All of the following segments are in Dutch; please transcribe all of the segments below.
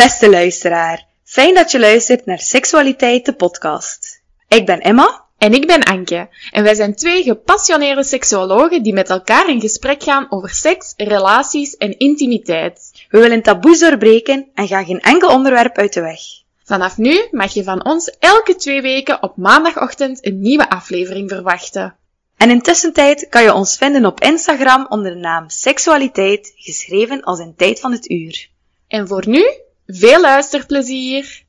Beste luisteraar, fijn dat je luistert naar Seksualiteit, de podcast. Ik ben Emma. En ik ben Anke. En wij zijn twee gepassioneerde seksuologen die met elkaar in gesprek gaan over seks, relaties en intimiteit. We willen taboes doorbreken en gaan geen enkel onderwerp uit de weg. Vanaf nu mag je van ons elke 2 weken op maandagochtend een nieuwe aflevering verwachten. En intussen kan je ons vinden op Instagram onder de naam Seksualiteit, geschreven als in tijd van het uur. En voor nu, veel luisterplezier!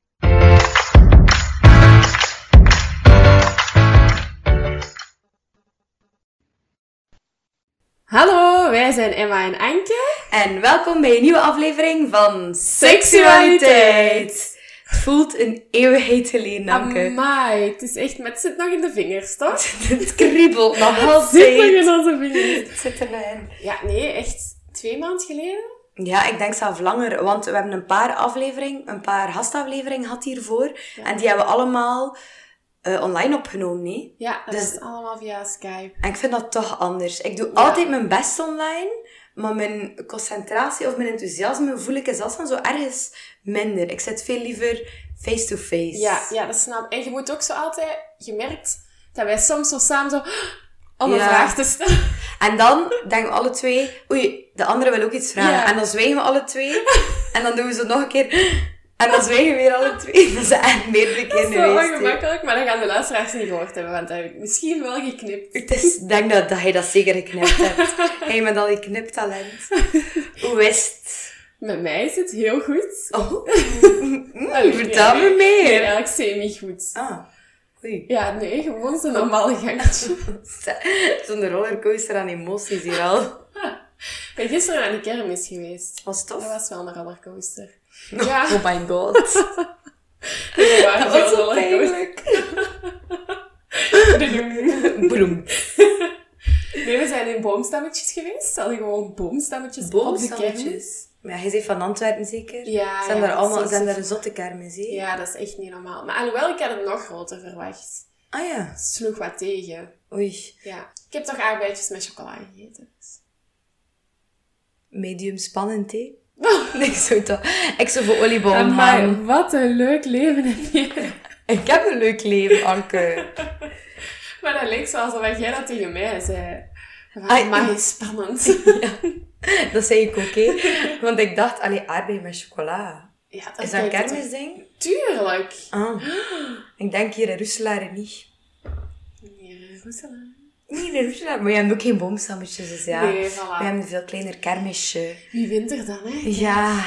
Hallo, wij zijn Emma en Anke. En welkom bij een nieuwe aflevering van Seksualiteit. Het voelt een eeuwigheid geleden, Anke. Amai, het is echt, maar het zit nog in de vingers, toch? Het kriebelt nog altijd. Het zit nog in onze vingers. Het zit erin. Ja, nee, echt 2 maanden geleden? Ja, ik denk zelf langer, want we hebben een paar gastafleveringen gehad hiervoor. Ja. En die hebben we allemaal online opgenomen, nee? Ja, dat is allemaal via Skype. En ik vind dat toch anders. Ik doe altijd mijn best online, maar mijn concentratie of mijn enthousiasme voel ik is alsvan zo ergens minder. Ik zit veel liever face-to-face. Ja, dat snap ik. En je moet ook zo altijd, je merkt dat wij soms zo samen zo om een vraag te stellen. En dan denken we alle twee, oei, de andere wil ook iets vragen. Ja. En dan zwijgen we alle twee. En dan doen we zo nog een keer. En dan zwijgen we weer alle twee. Dat is echt meerdere keer geweest. Dat is zo ongemakkelijk, maar dan gaan de luisteraars niet gehoord hebben, want dat heb ik misschien wel geknipt. Ik denk dat hij dat zeker geknipt hebt. Hij met al die kniptalent. Hoe is het? Met mij is het heel goed. Oh. Vertel me meer. Nee, eigenlijk semi-goed. Ah. Oei. Ja, nee, gewoon zo'n normale gangetje. Zo'n rollercoaster aan emoties hier al. Ik ben gisteren aan de kermis geweest. Was het tof? Dat was wel een rollercoaster. Ja. Oh my god. Dat was zo pijnlijk. Broem. Nee, we zijn in boomstammetjes geweest. Ze hadden gewoon boomstammetjes op de kermis. Maar ja, je bent van Antwerpen zeker? Ja. Zijn er zotte kermis, hè? Ja, dat is echt niet normaal. Maar alhoewel, ik had het nog groter verwacht. Ah ja. Het sloeg wat tegen. Oei. Ja. Ik heb toch aardbeidjes met chocola gegeten. Medium spannend, hè? Nee, zo toch. Ik zou voor olieboom gaan. Wat een leuk leven heb je. Ik heb een leuk leven, Anke. Maar dat leek zo alsof jij dat tegen mij zei. Maar spannend. Ja. Dat zei ik ook, hè. Want ik dacht, aardbeien met chocola. Ja, dat is dat een kermisding? Tuurlijk. Ah. Ik denk hier in Roeselaar niet. Nee, in Roeselaar. Nee, in Roeselaar. Maar je hebt ook geen boomstammetjes, dus ja. Nee, voilà. We hebben een veel kleiner kermisje. Wie wint er dan, hè? Ja.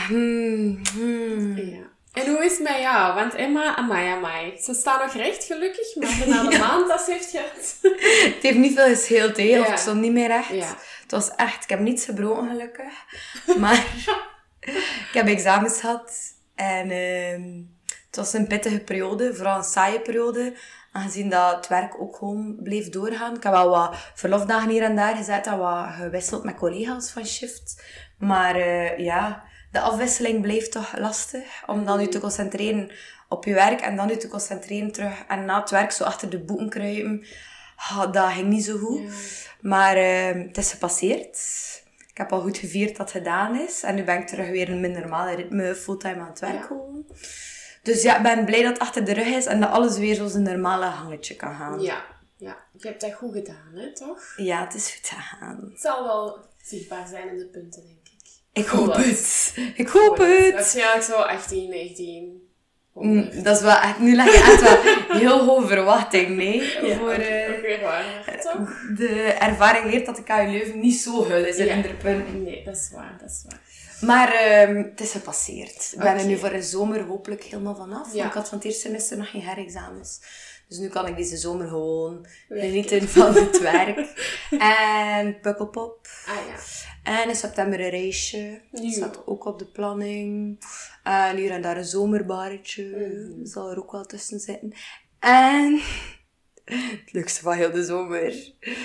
Ja. En hoe is het met jou? Want Emma, amai. Ze staat nog recht, gelukkig, maar na de maand dat ze heeft gehad. Het heeft niet veel gescheeld, hè. Of ik stond niet meer recht. Ja. Het was echt... Ik heb niets gebroken, gelukkig. Maar ik heb examens gehad. En het was een pittige periode. Vooral een saaie periode. Aangezien dat het werk ook gewoon bleef doorgaan. Ik heb wel wat verlofdagen hier en daar gezet. En wat gewisseld met collega's van shift. Maar de afwisseling bleef toch lastig. Om dan je te concentreren op je werk. En dan je te concentreren terug. En na het werk zo achter de boeken kruipen. Dat ging niet zo goed. Ja. Maar het is gepasseerd. Ik heb al goed gevierd dat het gedaan is. En nu ben ik terug weer in mijn normale ritme. Fulltime aan het werk gewoon. Dus ja, ik ben blij dat het achter de rug is. En dat alles weer zo'n normale gangetje kan gaan. Ja. Je hebt dat goed gedaan, hè, toch? Ja, het is goed gegaan. Het zal wel zichtbaar zijn in de punten, denk ik. Ik hoop het. Waarschijnlijk zo 18, 19... dat is wel echt... Nu leg je echt wel heel hoge verwachting, nee? Ja, voor toch? De ervaring leert dat de KU Leuven niet zo gul is in de punten. Nee, dat is waar. Maar het is gepasseerd. Ik ben er nu voor de zomer hopelijk helemaal vanaf. Ja. Want ik had van het eerste semester nog geen herexamens. Dus nu kan ik deze zomer gewoon genieten van het werk. En Pukkelpop. Ah ja. En in september een reisje. Dat staat ook op de planning. En hier en daar een zomerbarretje. Zal er ook wel tussen zitten. En het leukste van heel de zomer.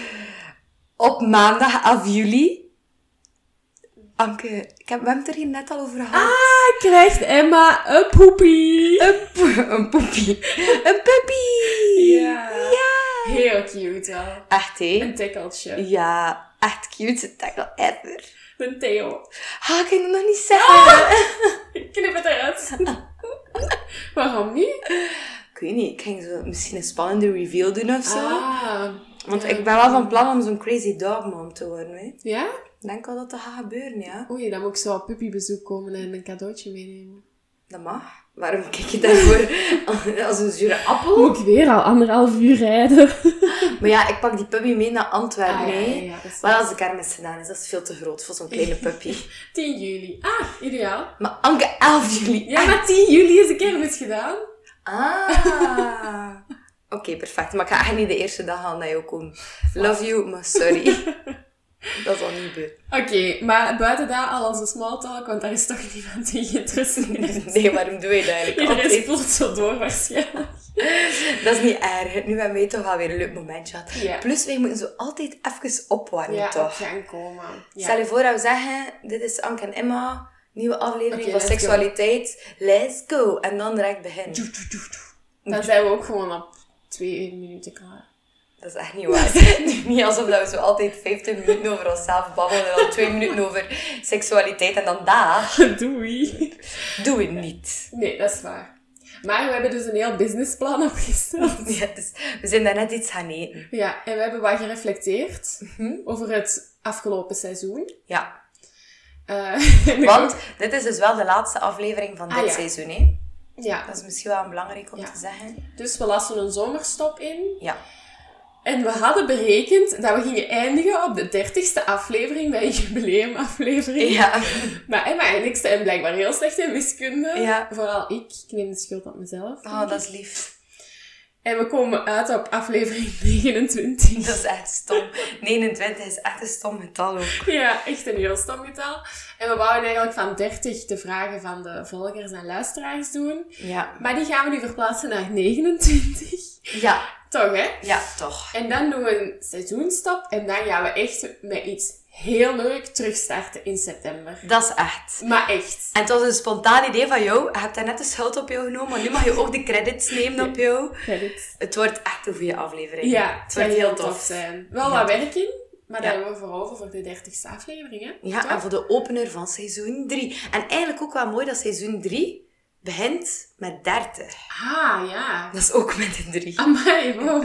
Op maandag 11 juli. Anke, we hebben het er hier net al over gehad. Krijgt Emma een poepie. Een poepie. Een puppy. Ja. Heel cute wel. Echt, hè? Een tikkeltje. Ja. echt cute tackle ever. De Theo. Ah, ik kan het nog niet zeggen. Ik knip het eruit. Waarom niet? Ik weet niet, ik ging zo misschien een spannende reveal doen of zo. Want ja. ik ben wel van plan om zo'n crazy dog mom te worden, hè. Ja? Ik denk wel dat dat gaat gebeuren, ja. Oei, dan moet ik zo op puppybezoek komen en een cadeautje meenemen. Dat mag. Waarom kijk je daarvoor als een zure appel? Moet ik weer al 1,5 uur rijden? Maar ja, ik pak die puppy mee naar Antwerpen, hè. Ja, dat is Wel als de kermis gedaan is, dat is veel te groot voor zo'n kleine puppy. 10 juli. Ideaal. Maar Anke, 11 juli. Ja, maar 10 juli is de kermis gedaan. Oké, perfect. Maar ik ga echt niet de eerste dag aan naar jou komen. Love you, maar sorry. Dat zal niet gebeuren. Oké, maar buiten dat al onze small talk, want daar is toch niemand in geïnteresseerd. Nee, waarom doe je dat eigenlijk Iedereen altijd? spoelt zo door waarschijnlijk. Dat is niet erg. Nu hebben wij toch wel weer een leuk momentje gehad. Ja. Plus, wij moeten zo altijd even opwarmen, toch? Ja, gaan komen. Ja. Stel je voor dat we zeggen, dit is Anke en Emma, nieuwe aflevering Oké, van let's seksualiteit. Let's go. En dan direct beginnen. Dan zijn we ook gewoon op 2 minuten klaar. Dat is echt niet waar. Niet alsof dat we zo altijd 15 minuten over onszelf babbelen en dan 2 minuten over seksualiteit en dan daar. Doei. Doen we niet. Nee, dat is waar. Maar we hebben dus een heel businessplan opgesteld. Ja, dus we zijn daarnet iets gaan eten. Ja, en we hebben wat gereflecteerd over het afgelopen seizoen. Ja. En Want dit is dus wel de laatste aflevering van dit seizoen, hè? Ja. Dat is misschien wel belangrijk om te zeggen. Dus we lassen een zomerstop in. Ja. En we hadden berekend dat we gingen eindigen op de 30ste aflevering, bij een jubileumaflevering. Ja. Maar Emma en ik zijn blijkbaar heel slecht in wiskunde. Ja. Vooral ik. Ik neem de schuld op mezelf. Oh, dat is lief. En we komen uit op aflevering 29. Dat is echt stom. 29 is echt een stom getal ook. Ja, echt een heel stom getal. En we wouden eigenlijk van 30 de vragen van de volgers en luisteraars doen. Ja. Maar die gaan we nu verplaatsen naar 29. Ja. Toch, hè? Ja, toch. En dan doen we een seizoenstop. En dan gaan we echt met iets heel leuk terugstarten in september. Dat is echt. Maar echt. En het was een spontaan idee van jou. Je hebt daar net de schuld op jou genomen, maar nu mag je ook de credits nemen op jou. Credits. Het wordt echt een goede aflevering. Ja, het wordt heel tof zijn. Wel wat werk in, maar daar hebben we voor over voor de 30ste aflevering, hè? Ja, Toch? en voor de opener van seizoen 3. En eigenlijk ook wel mooi dat seizoen 3 begint met 30. Ah, ja. Dat is ook met een 3. Amai, wow.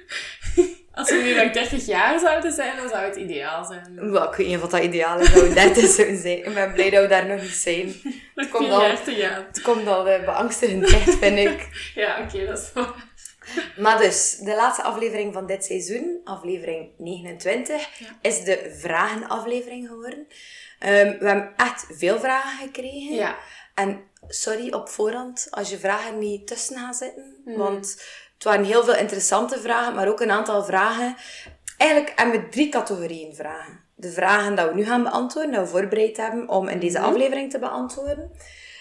Als we nu nog 30 jaar zouden zijn, dan zou het ideaal zijn. Wel, ik weet niet of dat ideaal is dat we 30 zouden zijn. Ik ben blij dat we daar nog niet zijn. Het komt al, het komt al beangstigend echt, vind ik. Ja, oké, dat is waar. Maar dus, de laatste aflevering van dit seizoen, aflevering 29, is de vragenaflevering geworden. We hebben echt veel vragen gekregen. Ja. En sorry op voorhand als je vragen niet tussen gaan zitten. Want het waren heel veel interessante vragen, maar ook een aantal vragen. Eigenlijk hebben we 3 categorieën vragen. De vragen die we nu gaan beantwoorden, die we voorbereid hebben om in deze aflevering te beantwoorden.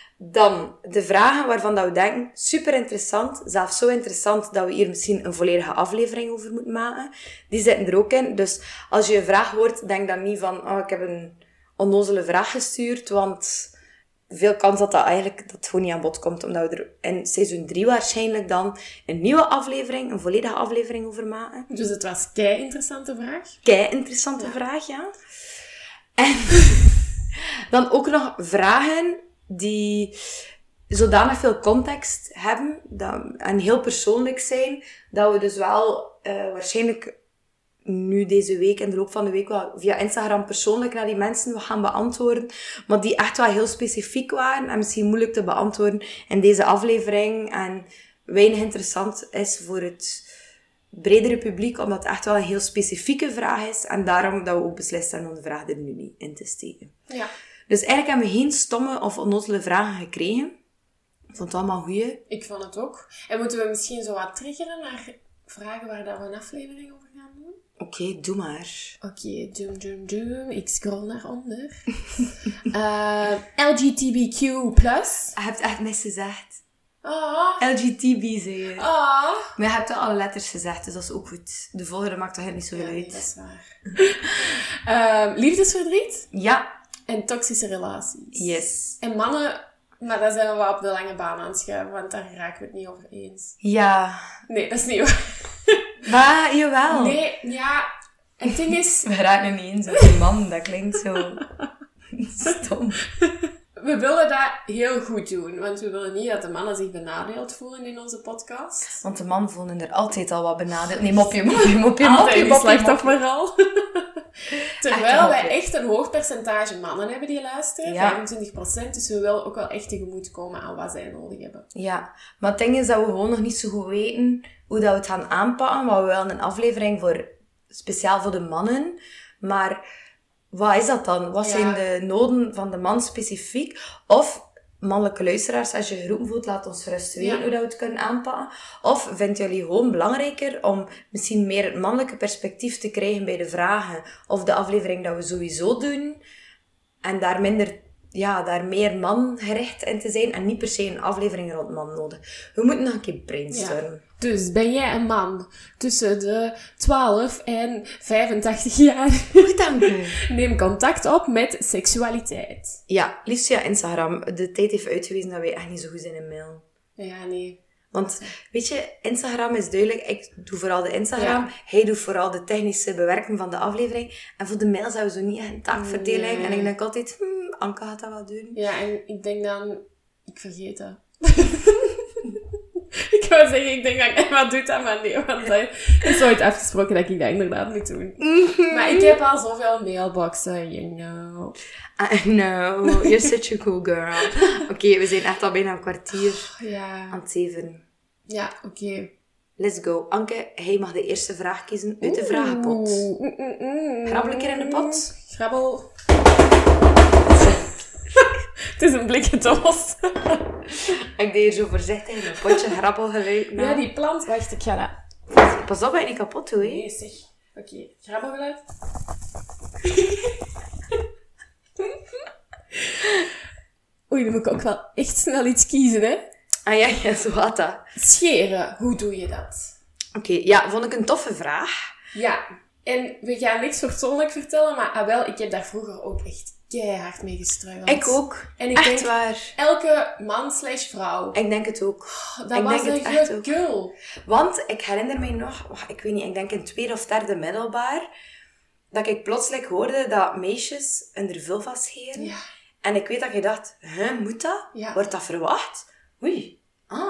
Dan de vragen waarvan dat we denken, super interessant. Zelfs zo interessant dat we hier misschien een volledige aflevering over moeten maken. Die zitten er ook in. Dus als je een vraag hoort, denk dan niet van, oh, ik heb een onnozele vraag gestuurd, want veel kans dat het gewoon niet aan bod komt, omdat we er in seizoen 3 waarschijnlijk dan een nieuwe aflevering, een volledige aflevering over maken. Dus het was kei interessante vraag. Kei interessante vraag, ja. En dan ook nog vragen die zodanig veel context hebben en heel persoonlijk zijn, dat we dus wel waarschijnlijk nu deze week, in de loop van de week, wel via Instagram persoonlijk naar die mensen gaan beantwoorden, maar die echt wel heel specifiek waren en misschien moeilijk te beantwoorden in deze aflevering en weinig interessant is voor het bredere publiek, omdat het echt wel een heel specifieke vraag is en daarom dat we ook beslist hebben om de vraag er nu niet in te steken. Ja. Dus eigenlijk hebben we geen stomme of onnozele vragen gekregen. Ik vond het allemaal goeie. Ik vond het ook. En moeten we misschien zo wat triggeren naar vragen waar dat we een aflevering over gaan doen? Oké, doe maar. Oké, doom. Ik scroll naar onder. LGBTQ+. Je hebt echt misgezegd. LGTB zei je. Maar je hebt alle letters gezegd, dus dat is ook goed. De volgende maakt toch niet zoveel uit. Nee, dat is waar. Liefdesverdriet. Ja. En toxische relaties. Yes. En mannen, maar daar zijn we wel op de lange baan aan het schuiven, want daar raken we het niet over eens. Ja. Nee, dat is niet waar. Maar, jawel. Nee, ja. En het ding is... We raken niet eens op een man. Dat klinkt zo stom. We willen dat heel goed doen. Want we willen niet dat de mannen zich benadeeld voelen in onze podcast. Want de man vonden er altijd al wat benadeeld. Nee, mopje. Altijd die slachtofferrol. Terwijl Echt, wij echt een hoog percentage mannen hebben die luisteren. Ja. 25%. Dus we willen ook wel echt tegemoetkomen aan wat zij nodig hebben. Ja, maar het ding is dat we gewoon nog niet zo goed weten hoe dat we het gaan aanpakken. Maar we willen een aflevering speciaal voor de mannen. Maar wat is dat dan? Wat zijn de noden van de man specifiek? Of mannelijke luisteraars, als je geroepen voelt, laat ons gerust weten hoe dat we het kunnen aanpakken. Of vinden jullie gewoon belangrijker om misschien meer het mannelijke perspectief te krijgen bij de vragen? Of de aflevering dat we sowieso doen. En daar meer mangericht in te zijn. En niet per se een aflevering rond man nodig. We moeten nog een keer brainstormen. Ja. Dus ben jij een man tussen de 12 en 85 jaar? Goed, dank u. Neem contact op met seksualiteit. Ja, liefst via Instagram. De tijd heeft uitgewezen dat wij echt niet zo goed zijn in mail. Ja, nee. Want, weet je, Instagram is duidelijk. Ik doe vooral de Instagram. Ja. Hij doet vooral de technische bewerking van de aflevering. En voor de mails hebben we zo niet echt een taakverdeling. Nee. En ik denk altijd, Anke gaat dat wel doen. Ja, en ik denk dan... Ik vergeet dat. Ik wou zeggen, ik denk dat Emma doet dat, maar nee. Want dat is ooit afgesproken dat ik dat inderdaad moet doen. Maar ik heb al zoveel mailboxen, you know. I know. You're such a cool girl. Oké, we zijn echt al bijna een kwartier aan het zeveren. Ja, oké. Let's go. Anke, hij mag de eerste vraag kiezen uit de vragenpot. Grabbel een keer in de pot. Grabbel. Het is een blikken doos. Ik deed hier zo voorzichtig in een potje grabbelgeluid. Ja, die plant. Wacht, ik ga dat... Pas op dat je niet kapot doet, hè. Nee, zeg. Oké, grabbelgeluid. Oei, dan moet ik ook wel echt snel iets kiezen, hè. Ah ja, zo gaat dat. Scheren, hoe doe je dat? Oké, ja, vond ik een toffe vraag. Ja, en we gaan niks persoonlijk vertellen, maar wel, ik heb daar vroeger ook echt keihard mee gestruikeld. Ik ook. En ik echt denk, waar. Elke man/vrouw. Ik denk het ook. Dat was een gekul. Want ik herinner mij nog, ik weet niet, ik denk in 2e of 3e middelbaar, dat ik plotseling hoorde dat meisjes hun vulva scheren. Ja. En ik weet dat je dacht, moet dat? Ja. Wordt dat verwacht? Oei.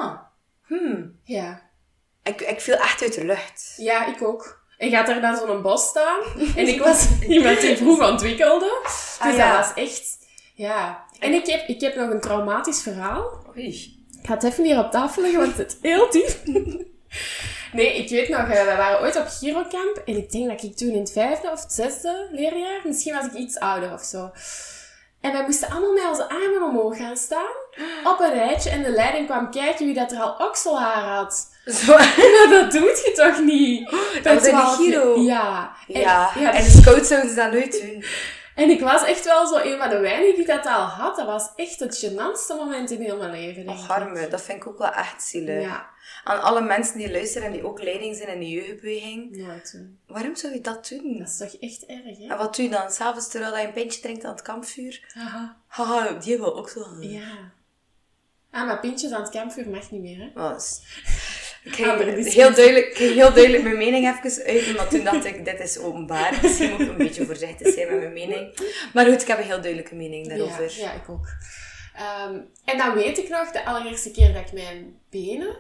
Ja. Ik viel echt uit de lucht. Ja, ik ook. En gaat er dan zo'n bos staan. En ik was iemand die vroeg ontwikkelde. Dus dat was echt... Ja. En ik heb nog een traumatisch verhaal. Oei. Ik ga het even hier op tafel leggen, want het is heel diep. Nee, ik weet nog, we waren ooit op Girocamp. En ik denk dat ik toen in het 5e of 6e leerjaar... Misschien was ik iets ouder of zo. En wij moesten allemaal met onze armen omhoog gaan staan. Op een rijtje. En de leiding kwam kijken wie dat er al okselhaar had. Zo. Maar dat doet je toch niet? Dat was in de Giro. Ja. En de scouts zouden ze dat nooit doen. En ik was echt wel zo een van de weinigen die dat al had. Dat was echt het gênantste moment in heel mijn leven. Och, arme. Dat vind ik ook wel echt zielig. Ja. Aan alle mensen die luisteren en die ook leiding zijn in de jeugdbeweging. Ja, waarom zou je dat doen? Dat is toch echt erg, hè? En wat doe je dan? S'avonds terwijl je een pintje drinkt aan het kampvuur? Haha, die wil ook zo. Ja. Maar pintjes aan het kampvuur mag niet meer, hè? Was. Ik ging heel duidelijk mijn mening even uiten, maar toen dacht ik, dit is openbaar. Misschien moet ik een beetje voorzichtig zijn met mijn mening. Maar goed, ik heb een heel duidelijke mening daarover. Ja, ik ook. En dan weet ik nog, de allereerste keer dat ik mijn benen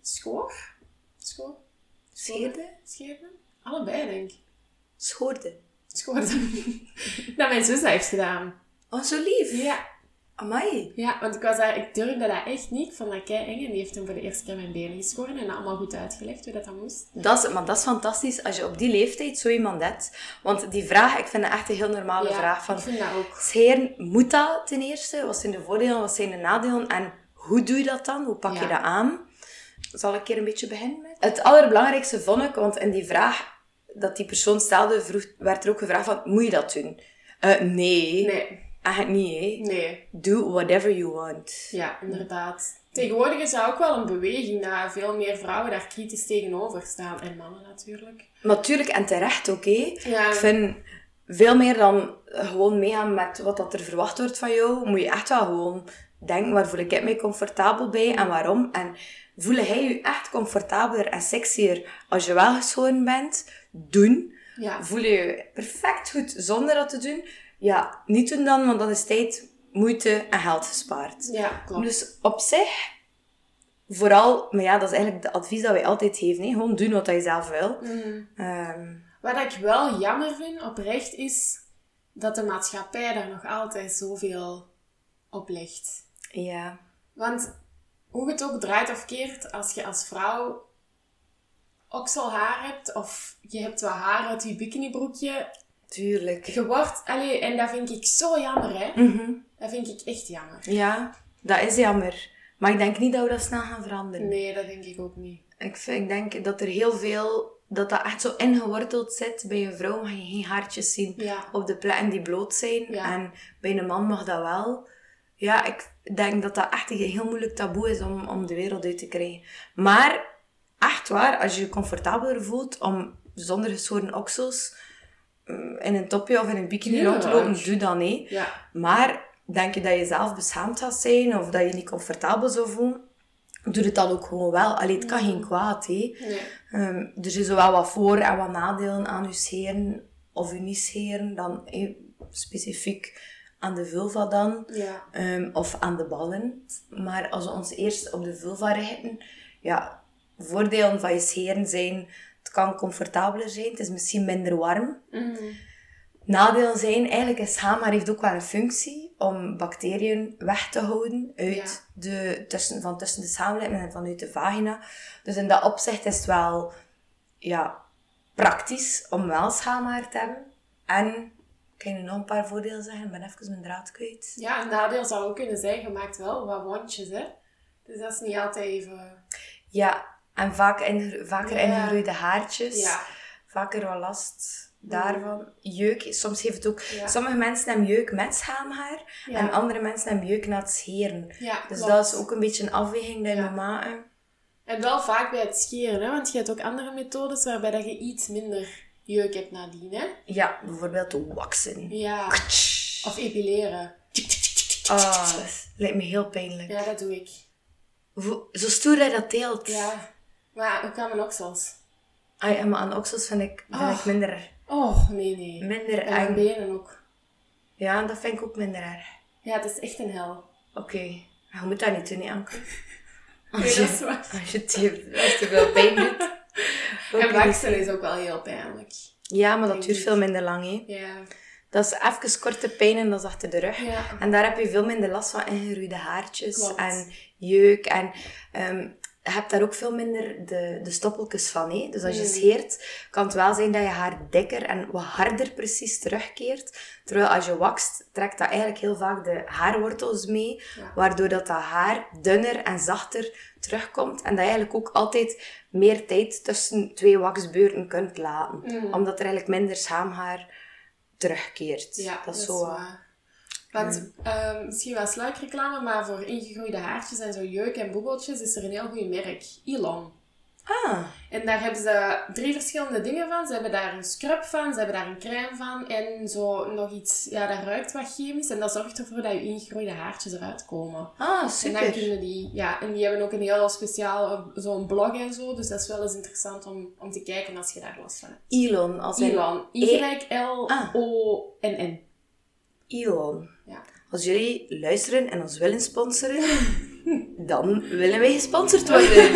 scheerde? Allebei, denk ik. Schoorde. Dat mijn zus dat heeft gedaan. Oh, zo lief. Ja. Amai. Ja, want ik durfde dat echt niet. Ik vond dat kei-eng. En die heeft toen voor de eerste keer mijn benen geschoren. En dat allemaal goed uitgelegd, hoe dat moest. Maar dat is fantastisch als je op die leeftijd zo iemand hebt. Want die vraag, ik vind dat echt een heel normale vraag. Van, ik vind dat ook. Scheren, moet dat ten eerste? Wat zijn de voordelen, wat zijn de nadelen? En hoe doe je dat dan? Hoe pak je dat aan? Zal ik een keer een beetje beginnen met? Het allerbelangrijkste vond ik, want in die vraag dat die persoon stelde, werd er ook gevraagd van, moet je dat doen? Nee. Eigenlijk niet, hè? Nee. Do whatever you want. Ja, inderdaad. Tegenwoordig is dat ook wel een beweging dat veel meer vrouwen daar kritisch tegenover staan. En mannen natuurlijk. Natuurlijk, en terecht ook, hè? Ja. Ik vind, veel meer dan gewoon meegaan met wat dat er verwacht wordt van jou, moet je echt wel gewoon denken, waar voel ik mij comfortabel bij en waarom? En voel jij je echt comfortabeler en sexier als je wel geschoren bent? Doen. Ja. Voel je je perfect goed zonder dat te doen? Ja, niet doen dan, want dat is tijd, moeite en geld gespaard. Ja, klopt. Dus op zich, vooral, maar ja, dat is eigenlijk het advies dat wij altijd geven. Hè? Gewoon doen wat je zelf wil. Wat ik wel jammer vind, oprecht, is dat de maatschappij daar nog altijd zoveel op legt. Ja. Want hoe het ook draait of keert, als je als vrouw okselhaar hebt, of je hebt wat haar uit je bikinibroekje, Tuurlijk. je wordt... Allee, en dat vind ik zo jammer, hè. Dat vind ik echt jammer. Ja, dat is jammer. Maar ik denk niet dat we dat snel gaan veranderen. Nee, dat denk ik ook niet. Ik denk dat er heel veel... Dat echt zo ingeworteld zit. Bij een vrouw mag je geen haartjes zien Ja. op de plekken die bloot zijn. Ja. En bij een man mag dat wel. Ja, ik denk dat dat echt een heel moeilijk taboe is om de wereld uit te krijgen. Maar, echt waar, als je je comfortabeler voelt om zonder geschoren oksels in een topje of in een bikini Ja. rond te lopen, doe dat niet. Ja. Maar, denk je dat je zelf beschaamd gaat zijn of dat je niet comfortabel zou voelen, doe het dan ook gewoon wel. Allee, het kan geen kwaad, hè. Nee. Er is wel wat voor- en wat nadelen aan je scheren of je niet scheren dan specifiek aan de vulva dan. Ja. Of aan de ballen. Maar als we ons eerst op de vulva richten, ja, voordelen van je scheren zijn, het kan comfortabeler zijn, het is misschien minder warm. Nadelen zijn, eigenlijk is schaamhaar heeft ook wel een functie om bacteriën weg te houden uit tussen de schaamlippen en vanuit de vagina. Dus in dat opzicht is het wel praktisch om wel schaamhaar te hebben. En, kan je nu nog een paar voordelen zeggen? Ik ben even mijn draad kwijt. Ja, een nadeel zou ook kunnen zijn, je maakt wel wat wondjes, hè. Dus dat is niet altijd even... Ja, en vaker ingegroeide haartjes. Ja. Vaker wat last daarvan. Jeuk, soms heeft het ook... Ja. Sommige mensen hebben jeuk met schaamhaar. Ja. En andere mensen hebben jeuk na het scheren. Ja, Dus klopt. dat is ook een beetje een afweging die je moet maken. En wel vaak bij het scheren, hè. Want je hebt ook andere methodes waarbij dat je iets minder jeuk hebt nadien, hè. Ja, bijvoorbeeld waxen. Ja. Of epileren. Dat lijkt me heel pijnlijk. Ja, dat doe ik. Zo stoer dat je dat deelt. Ja. Maar ook aan mijn oksels. Maar aan oksels vind ik minder Oh, nee. Minder En mijn eng. benen ook. Ja, dat vind ik ook minder erg. Ja, het is echt een hel. Oké. Je moet dat niet doen, hè, Anke. Nee, dat is waar. Als je te veel pijn doet. En waxen is ook wel heel pijnlijk. Ja, maar dat duurt veel minder lang, hè. Ja. Dat is even korte pijn en dat is achter de rug. Ja. En daar heb je veel minder last van ingeroeide haartjes Klopt. en jeuk. En je hebt daar ook veel minder de stoppeltjes van. Hè? Dus als je scheert, kan het wel zijn dat je haar dikker en wat harder precies terugkeert. Terwijl als je wakst, trekt dat eigenlijk heel vaak de haarwortels mee. Ja. Waardoor dat haar dunner en zachter terugkomt. En dat je eigenlijk ook altijd meer tijd tussen twee waxbeurten kunt laten. Omdat er eigenlijk minder schaamhaar terugkeert. Ja, dat is zo zo. waar. Want misschien wel sluikreclame, maar voor ingegroeide haartjes en zo jeuk en bobbeltjes is er een heel goed merk. Elon. Ah, En daar hebben ze 3 verschillende dingen van. Ze hebben daar een scrub van, ze hebben daar een crème van en zo nog iets, ja, dat ruikt wat chemisch. En dat zorgt ervoor dat je ingegroeide haartjes eruit komen. ah, En dan super. kunnen die, ja, en die hebben ook een heel speciaal, zo'n blog en zo. Dus dat is wel eens interessant om te kijken als je daar last van hebt. Elon, als in Elon. Y-L-O-N-N. Elon. Ja. Als jullie luisteren en ons willen sponsoren, dan willen wij gesponsord worden.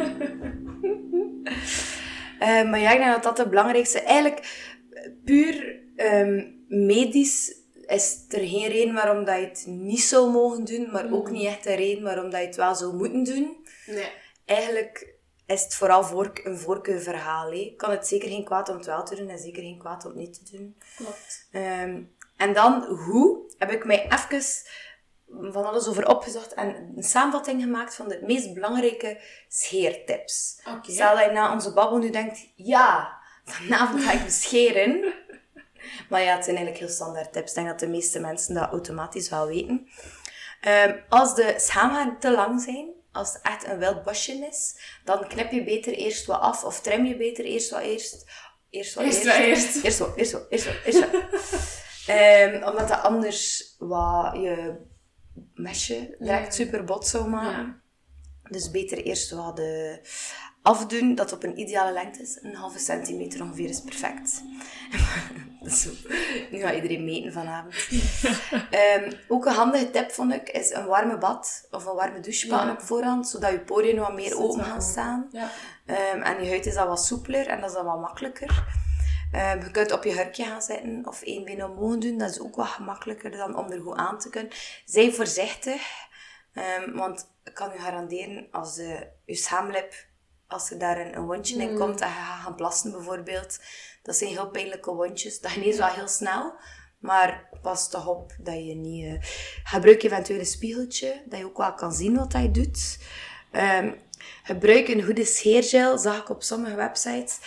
Maar ja, ik denk dat dat het belangrijkste... Eigenlijk, puur medisch is er geen reden waarom dat je het niet zou mogen doen, maar ook niet echt een reden waarom dat je het wel zou moeten doen. Nee. Eigenlijk is het vooral een voorkeurverhaal. Hè. Kan het zeker geen kwaad om het wel te doen en zeker geen kwaad om het niet te doen. Klopt. En dan, hoe, heb ik mij even van alles over opgezocht en een samenvatting gemaakt van de meest belangrijke scheertips. Oké. Stel dat je na onze babbel nu denkt, ja, vanavond ga ik me scheren. Maar ja, het zijn eigenlijk heel standaard tips. Ik denk dat de meeste mensen dat automatisch wel weten. Als de schaamharen te lang zijn, als het echt een wild bosje is, dan knip je beter eerst wat af of trim je beter eerst wat. Omdat dat anders wat je mesje direct super bot zou maken. Ja. Dus beter eerst wat afdoen dat op een ideale lengte is. Een halve centimeter ongeveer is perfect. Dat is zo. Nu gaat iedereen meten vanavond. Ook een handige tip vond ik, is een warme bad of een warme douche op voorhand, zodat je poriën wat meer open gaan staan. Ja. En je huid is dan wat soepeler en dat is dan wat makkelijker. Je kunt op je hurkje gaan zitten of één been omhoog doen. Dat is ook wat gemakkelijker dan om er goed aan te kunnen. Zij voorzichtig, want ik kan je garanderen als je schaamlip, als er daar een wondje in komt en je gaat gaan plassen bijvoorbeeld, dat zijn heel pijnlijke wondjes. Dat geneest wel heel snel, maar pas toch op dat je niet... gebruik eventueel een spiegeltje, dat je ook wel kan zien wat je doet. Gebruik een goede scheergel, zag ik op sommige websites.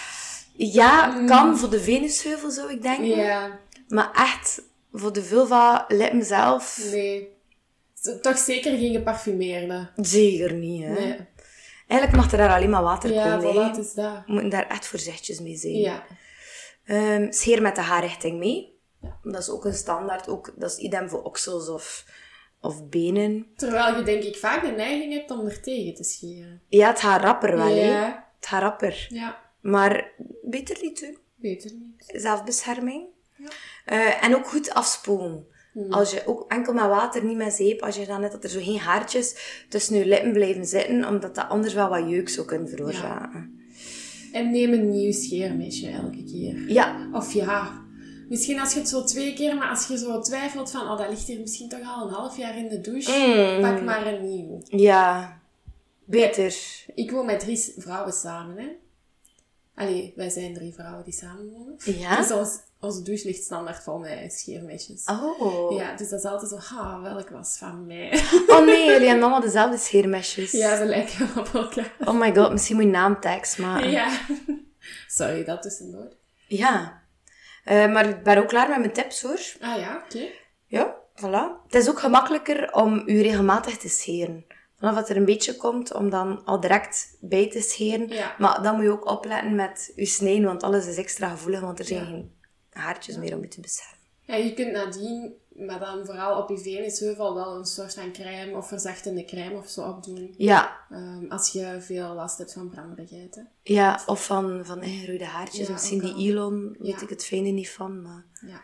Ja, kan voor de venusheuvel zou ik denken. Ja. Maar echt, voor de vulva, lippen zelf... Nee. Toch zeker geen geparfumeerde. Zeker niet, hè. Nee. Eigenlijk mag er daar alleen maar water Ja, komen. voilà, het is dat. We moeten daar echt voorzichtig mee zijn. Ja. Scheer met de haarrichting mee. Ja. Dat is ook een standaard. Ook, dat is idem voor oksels of benen. Terwijl je denk ik vaak de neiging hebt om er tegen te scheren. Ja, het gaat rapper wel, hè. Ja. Het gaat rapper. Ja. Maar beter niet doen. Beter niet. Zelfbescherming. Ja. En ook goed afspoelen. Als je ook enkel met water, niet met zeep, als je dan net dat er zo geen haartjes tussen je lippen blijven zitten, omdat dat anders wel wat jeuk zou kunnen veroorzaken. Ja. En neem een nieuw scheermesje elke keer. Ja. Of ja, misschien als je het zo 2 keer, maar als je zo twijfelt van, oh, dat ligt hier misschien toch al een half jaar in de douche, pak maar een nieuw. Ja. Beter. Ik woon met 3 vrouwen samen, hè. Allee, wij zijn 3 vrouwen die samen wonen. Ja? Dus onze douche ligt standaard vol met scheermesjes. Oh. Ja, dus dat is altijd zo, welk was van mij? Oh nee, jullie hebben allemaal dezelfde scheermesjes. Ja, ze lijken wel op elkaar. Oh my god, misschien moet je naamtags maken. Ja. Sorry, dat tussendoor. Ja. Maar ik ben ook klaar met mijn tips, hoor. Ah ja, oké. Ja, voilà. Het is ook gemakkelijker om u regelmatig te scheren. Vanaf dat er een beetje komt, om dan al direct bij te scheren. Ja. Maar dan moet je ook opletten met je snijden, want alles is extra gevoelig, want er zijn geen haartjes meer om je te beschermen. Ja, je kunt nadien, maar dan vooral op je venusheuvel, wel een soort van crème of verzachtende crème of zo opdoen. Ja. Als je veel last hebt van branderigheid, hè. Ja, of van ingeroeide haartjes. Ja, Misschien ook die Elon, weet Ja. ik het fijne niet van. Maar... Ja.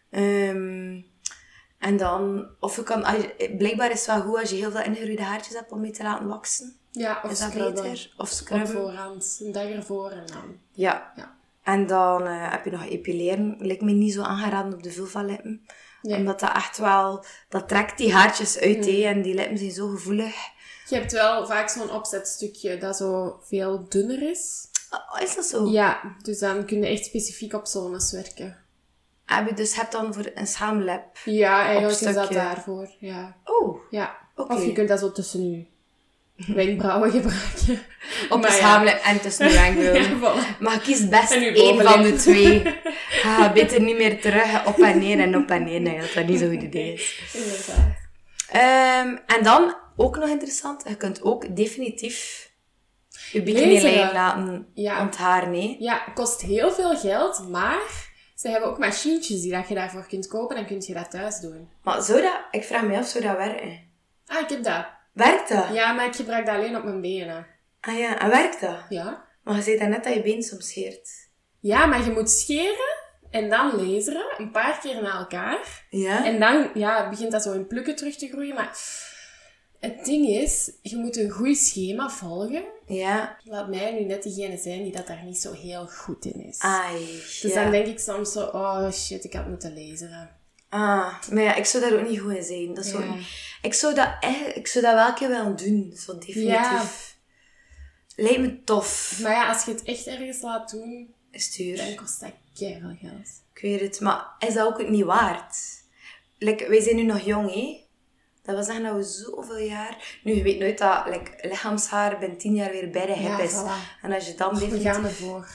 En dan, of je kan, blijkbaar is het wel goed als je heel veel ingeroeide haartjes hebt om mee te laten waksen. Ja, of Is dat scrubben. beter? Of Op scrubben. voorhand, een dag ervoor en dan. Ja. Ja. En dan heb je nog epileren. Lijkt me niet zo aangeraden op de vulva-lippen. Nee. Omdat dat echt wel... Dat trekt die haartjes uit, hè. En die lippen zijn zo gevoelig. Je hebt wel vaak zo'n opzetstukje dat zo veel dunner is. Oh, is dat zo? Ja, dus dan kun je echt specifiek op zones werken. Dus je hebt dan voor een schaamlip. Ja, eigenlijk is dat Opstukje. daarvoor. Ja. Oh, Ja. Oké. Of je kunt dat zo tussen je wenkbrauwen gebruiken. op Maar de ja. schaamlip en tussen de wenkbrauwen. Ja, voilà. Maar kies best En uw één van de bovenlip. 2. Ga beter niet meer terug op en neer en op en neer. Nee, dat dat niet zo'n goed idee is. Inderdaad. En dan, ook nog interessant, je kunt ook definitief je bikinilijn Laseren. laten Ja. ontharen. Nee? Ja, kost heel veel geld, maar ze hebben ook machientjes die dat je daarvoor kunt kopen en kun je dat thuis doen. Maar ik vraag me af, zou dat werken? Ah, ik heb dat. Werkt dat? Ja, maar ik gebruik dat alleen op mijn benen. Ah ja, en werkt dat? Ja. Maar je zei daarnet dat je been soms scheert. Ja, maar je moet scheren en dan laseren, een paar keer na elkaar. Ja? En dan begint dat zo in plukken terug te groeien. Maar het ding is, je moet een goed schema volgen. Ja. Laat mij nu net diegene zijn die dat daar niet zo heel goed in is. Ai, Dus ja. dan denk ik soms zo, oh shit, ik had moeten laseren. Maar ja, ik zou daar ook niet goed in zijn. Dat is Ja. ook niet... Ik zou dat wel een keer willen doen. Zo definitief. Ja. Lijkt me tof. Maar ja, als je het echt ergens laat doen, Is duur. dan kost dat keihard geld. Ik weet het, maar is dat ook niet waard? Wij zijn nu nog jong, hè? Dat wil zeggen dat we zoveel jaar... Nu, je weet nooit dat lichaamshaar binnen 10 jaar weer bij de hip Ja, is. voilà. En als je dan We definitief... gaan ervoor.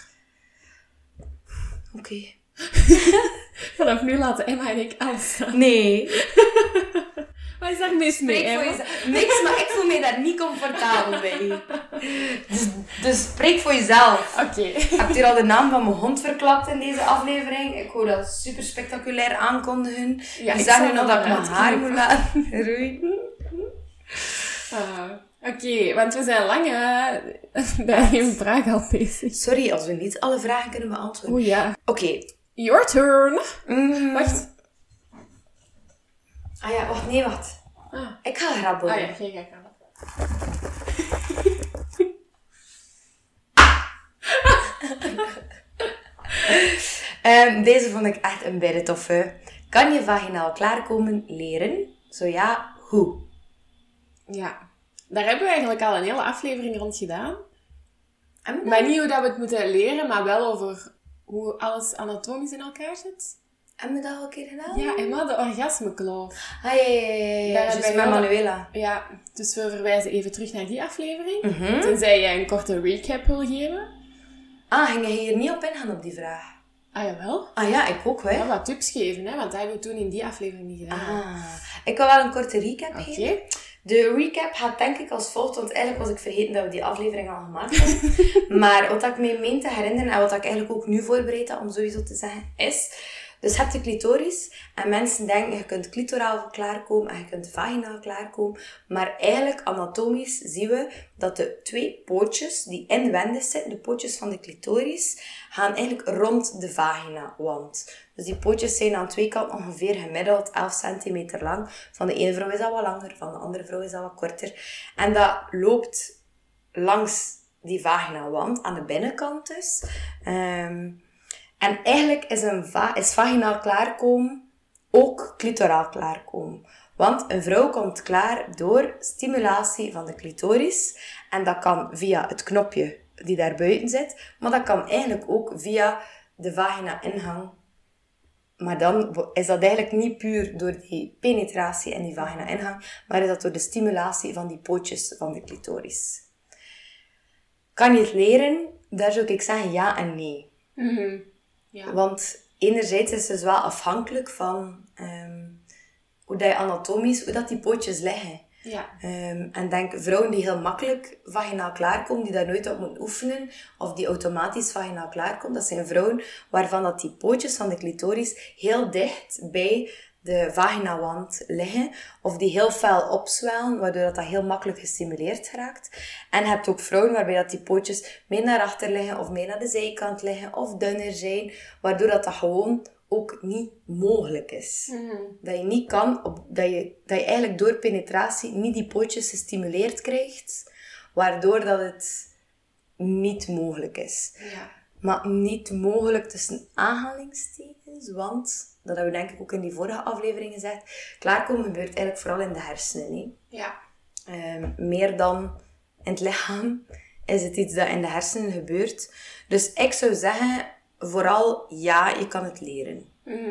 Oké. Vanaf nu laten Emma en ik aanstaan. Nee. Wat is daar mis mee, Spreek voor Emma? jezelf. Niks, maar ik voel me daar niet comfortabel bij. Dus spreek voor jezelf. Oké. Ik heb hier al de naam van mijn hond verklapt in deze aflevering. Ik wou dat super spectaculair aankondigen. Ja, Je ik zegt zal nu nog dat dat ik mijn eruit haar knippen. moet laten groeien. Oké, want we zijn lang bij een vraag al bezig. Sorry als we niet alle vragen kunnen beantwoorden. Oeh ja. Oké. Your turn. Wacht. Ah ja, wacht. Ah. Ik ga grabbelen. Ah ja, geen ga grabbelen. Deze vond ik echt een bijna toffe. Kan je vaginaal klaarkomen leren? Zo ja, hoe? Ja. Daar hebben we eigenlijk al een hele aflevering rond gedaan. En Maar niet hoe dat we het moeten leren, maar wel over hoe alles anatomisch in elkaar zit. Hebben we dat al een keer gedaan? Ja, en wat de orgasmekloof. Ah, ja. Daar Juist hebben met we heel- Manuela. Ja, dus we verwijzen even terug naar die aflevering. Mhm. Tenzij jij een korte recap wil geven. Ah, ging je hier niet op ingaan op die vraag? Ah, jawel. Ah ja, ik ook, hè. Ja, wat tips geven, hè, want dat hebben we toen in die aflevering niet gedaan. Ah, ik wil wel een korte recap Oké. geven. De recap gaat denk ik als volgt, want eigenlijk was ik vergeten dat we die aflevering al gemaakt hadden. Maar wat ik me meen te herinneren, en wat ik eigenlijk ook nu voorbereid had om sowieso te zeggen, is... Dus je hebt de clitoris en mensen denken je kunt clitoraal klaarkomen en je kunt vaginaal klaarkomen. Maar eigenlijk anatomisch zien we dat de twee pootjes die inwendig zitten, de pootjes van de clitoris, gaan eigenlijk rond de vaginawand. Dus die pootjes zijn aan twee kanten ongeveer gemiddeld 11 centimeter lang. Van de ene vrouw is dat wat langer, van de andere vrouw is dat wat korter. En dat loopt langs die vaginawand, aan de binnenkant dus. En eigenlijk is vaginaal klaarkomen ook clitoraal klaarkomen. Want een vrouw komt klaar door stimulatie van de clitoris. En dat kan via het knopje die daar buiten zit. Maar dat kan eigenlijk ook via de vagina-ingang. Maar dan is dat eigenlijk niet puur door die penetratie en die vagina-ingang. Maar is dat door de stimulatie van die pootjes van de clitoris. Kan je het leren? Daar zou ik zeggen ja en nee. Mhm. Ja. Want enerzijds is het dus wel afhankelijk van hoe dat je anatomisch, hoe dat die pootjes liggen. Ja. En denk vrouwen die heel makkelijk vaginaal klaarkomen, die daar nooit op moeten oefenen, of die automatisch vaginaal klaarkomen, dat zijn vrouwen waarvan dat die pootjes van de clitoris heel dicht bij de vaginawand liggen, of die heel fel opzwellen, waardoor dat heel makkelijk gestimuleerd geraakt. En je hebt ook vrouwen waarbij dat die pootjes meer naar achter liggen, of meer naar de zijkant liggen, of dunner zijn, waardoor dat gewoon ook niet mogelijk is. Dat je niet kan, dat je eigenlijk door penetratie niet die pootjes gestimuleerd krijgt, waardoor dat het niet mogelijk is. Ja. Maar niet mogelijk tussen aanhalingstekens, want, dat hebben we denk ik ook in die vorige aflevering gezegd, klaarkomen gebeurt eigenlijk vooral in de hersenen. Hè? Ja. Meer dan in het lichaam is het iets dat in de hersenen gebeurt. Dus ik zou zeggen, vooral ja, je kan het leren.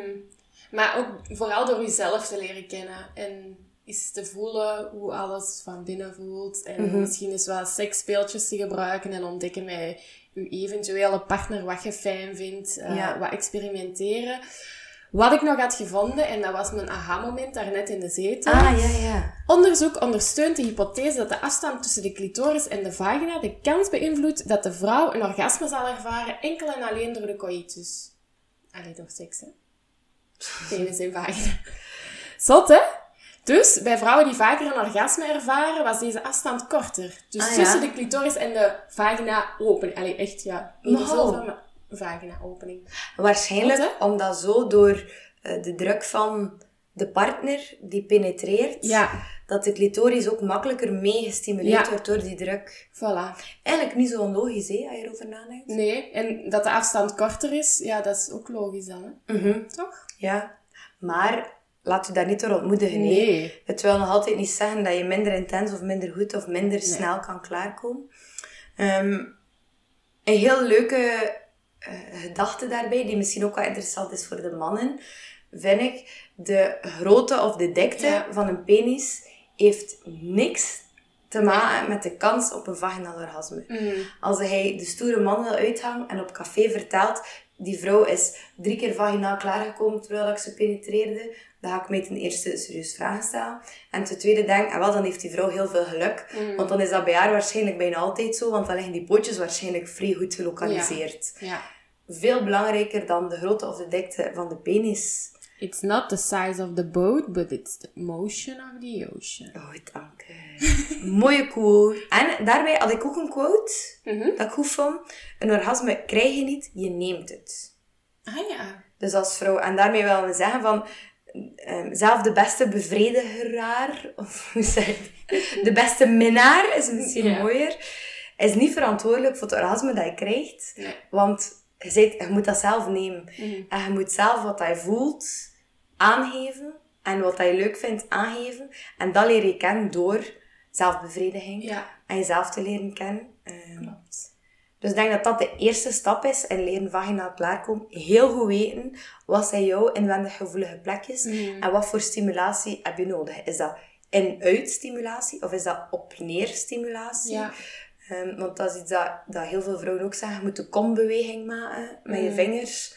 Maar ook vooral door jezelf te leren kennen. En eens te voelen hoe alles van binnen voelt. En misschien eens wat seksspeeltjes te gebruiken. En ontdekken met je eventuele partner wat je fijn vindt. Ja. Wat experimenteren. Wat ik nog had gevonden, en dat was mijn aha-moment daarnet in de zetel. Ah, ja. Onderzoek ondersteunt de hypothese dat de afstand tussen de clitoris en de vagina de kans beïnvloedt dat de vrouw een orgasme zal ervaren enkel en alleen door de coitus. Allee, door seks, hè. Penis en vagina. Zot, hè? Dus, bij vrouwen die vaker een orgasme ervaren, was deze afstand korter. Dus tussen de clitoris en de vagina open. Allee, echt, ja. Niet zo van, maar vagina-opening. Waarschijnlijk Wat, hè? omdat zo door de druk van de partner die penetreert, Ja. dat de clitoris ook makkelijker mee gestimuleerd Ja. wordt door die druk. Voilà. Eigenlijk niet zo onlogisch, hè, als je erover nadenkt. Nee, en dat de afstand korter is, ja, dat is ook logisch dan, hè. Toch? Ja, maar laat je daar niet door ontmoedigen. hè. Nee. Het wil nog altijd niet zeggen dat je minder intens of minder goed of minder snel kan klaarkomen. Een heel leuke gedachte daarbij, die misschien ook wel interessant is voor de mannen, vind ik, de grootte of de dikte van een penis heeft niks te maken met de kans op een vaginaal orgasme. Als hij de stoere man wil uithangen en op café vertelt, die vrouw is 3 keer vaginaal klaargekomen terwijl ik ze penetreerde, dan ga ik mij ten eerste serieus vragen stellen. En ten tweede denk, dan heeft die vrouw heel veel geluk. Want dan is dat bij haar waarschijnlijk bijna altijd zo, want dan liggen die pootjes waarschijnlijk vrij goed gelokaliseerd. Ja. Veel belangrijker dan de grootte of de dikte van de penis. It's not the size of the boat, but it's the motion of the ocean. Oh, dank je. Mooie quote. En daarbij had ik ook een quote dat ik goed vond. Een orgasme krijg je niet, je neemt het. Ah ja. Dus als vrouw. En daarmee willen we zeggen van... zelf de beste bevrediger, of hoe zeg je? De beste minnaar is misschien mooier. Is niet verantwoordelijk voor het orgasme dat je krijgt. Nee. Want je moet dat zelf nemen. En je moet zelf wat je voelt aangeven. En wat je leuk vindt aangeven. En dat leer je kennen door zelfbevrediging. Ja. En jezelf te leren kennen. Klopt. Dus ik denk dat dat de eerste stap is in leren vaginaal klaarkomen. Heel goed weten, wat zijn jouw inwendig gevoelige plekjes? En wat voor stimulatie heb je nodig? Is dat in-uit stimulatie? Of is dat op-neer stimulatie? Ja. Want dat is iets dat heel veel vrouwen ook zeggen. Je moet de kombeweging maken met je vingers.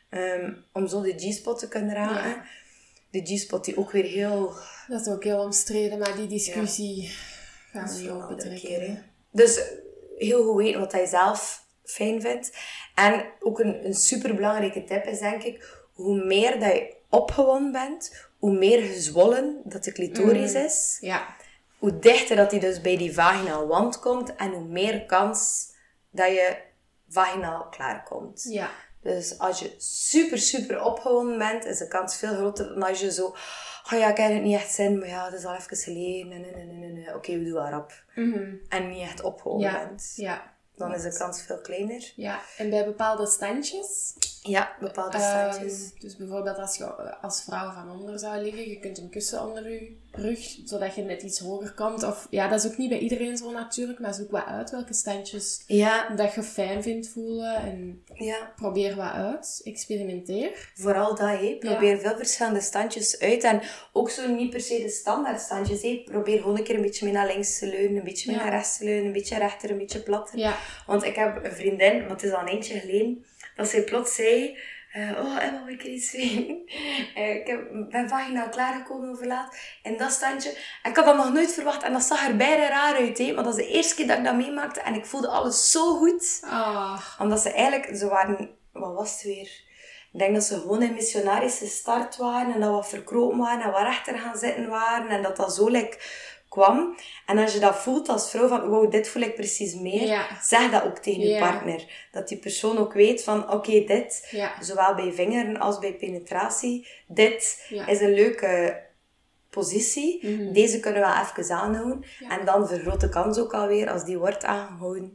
Om zo de G-spot te kunnen raken. Ja. De G-spot die ook weer heel... Dat is ook heel omstreden, maar die discussie gaan we niet voor een andere opentrekken. keer, hè. Dus heel goed weten wat je zelf fijn vindt. En ook een superbelangrijke tip is, denk ik, hoe meer dat je opgewonden bent, hoe meer gezwollen dat de clitoris is. Ja. Hoe dichter dat die dus bij die vaginaal wand komt en hoe meer kans dat je vaginaal klaarkomt. Ja. Dus als je super, super opgewonden bent, is de kans veel groter dan als je zo... Oh ja, ik heb het niet echt zin, maar ja, het is al even geleden. Nee. Oké, we doen wel rap. En niet echt opgewonden bent. Ja. Dan is de kans veel kleiner. Ja. En bij bepaalde standjes... Ja, bepaalde standjes. Dus bijvoorbeeld als je als vrouw van onder zou liggen, je kunt een kussen onder je rug, zodat je net iets hoger komt. Of ja, dat is ook niet bij iedereen zo natuurlijk, maar zoek wat uit welke standjes dat je fijn vindt voelen. En probeer wat uit. Experimenteer. Vooral dat, hè. Probeer veel verschillende standjes uit. En ook zo niet per se de standaard standjes, hè. Probeer gewoon een keer een beetje meer naar links te leunen, een beetje meer naar rechts te leunen, een beetje rechter, een beetje platter. Ja. Want ik heb een vriendin, want het is al een eindje geleden, dat zij plots zei... Emma, wil ik er iets weten? Ik ben vaginaal klaargekomen over laat. In dat standje. En ik had dat nog nooit verwacht. En dat zag er bijna raar uit. Hè? Maar dat is de eerste keer dat ik dat meemaakte. En ik voelde alles zo goed. Omdat ze eigenlijk... Ze waren... Wat was het weer? Ik denk dat ze gewoon in missionarische start waren. En dat wat verkropen waren. En wat rechter gaan zitten waren. En dat dat zo kwam. En als je dat voelt als vrouw van, wow, dit voel ik precies meer. Zeg dat ook tegen je partner. Dat die persoon ook weet van, oké, dit, zowel bij vingeren als bij penetratie, dit is een leuke positie. Deze kunnen we even aanhouden. En dan vergroot de kans ook alweer als die wordt aangehouden.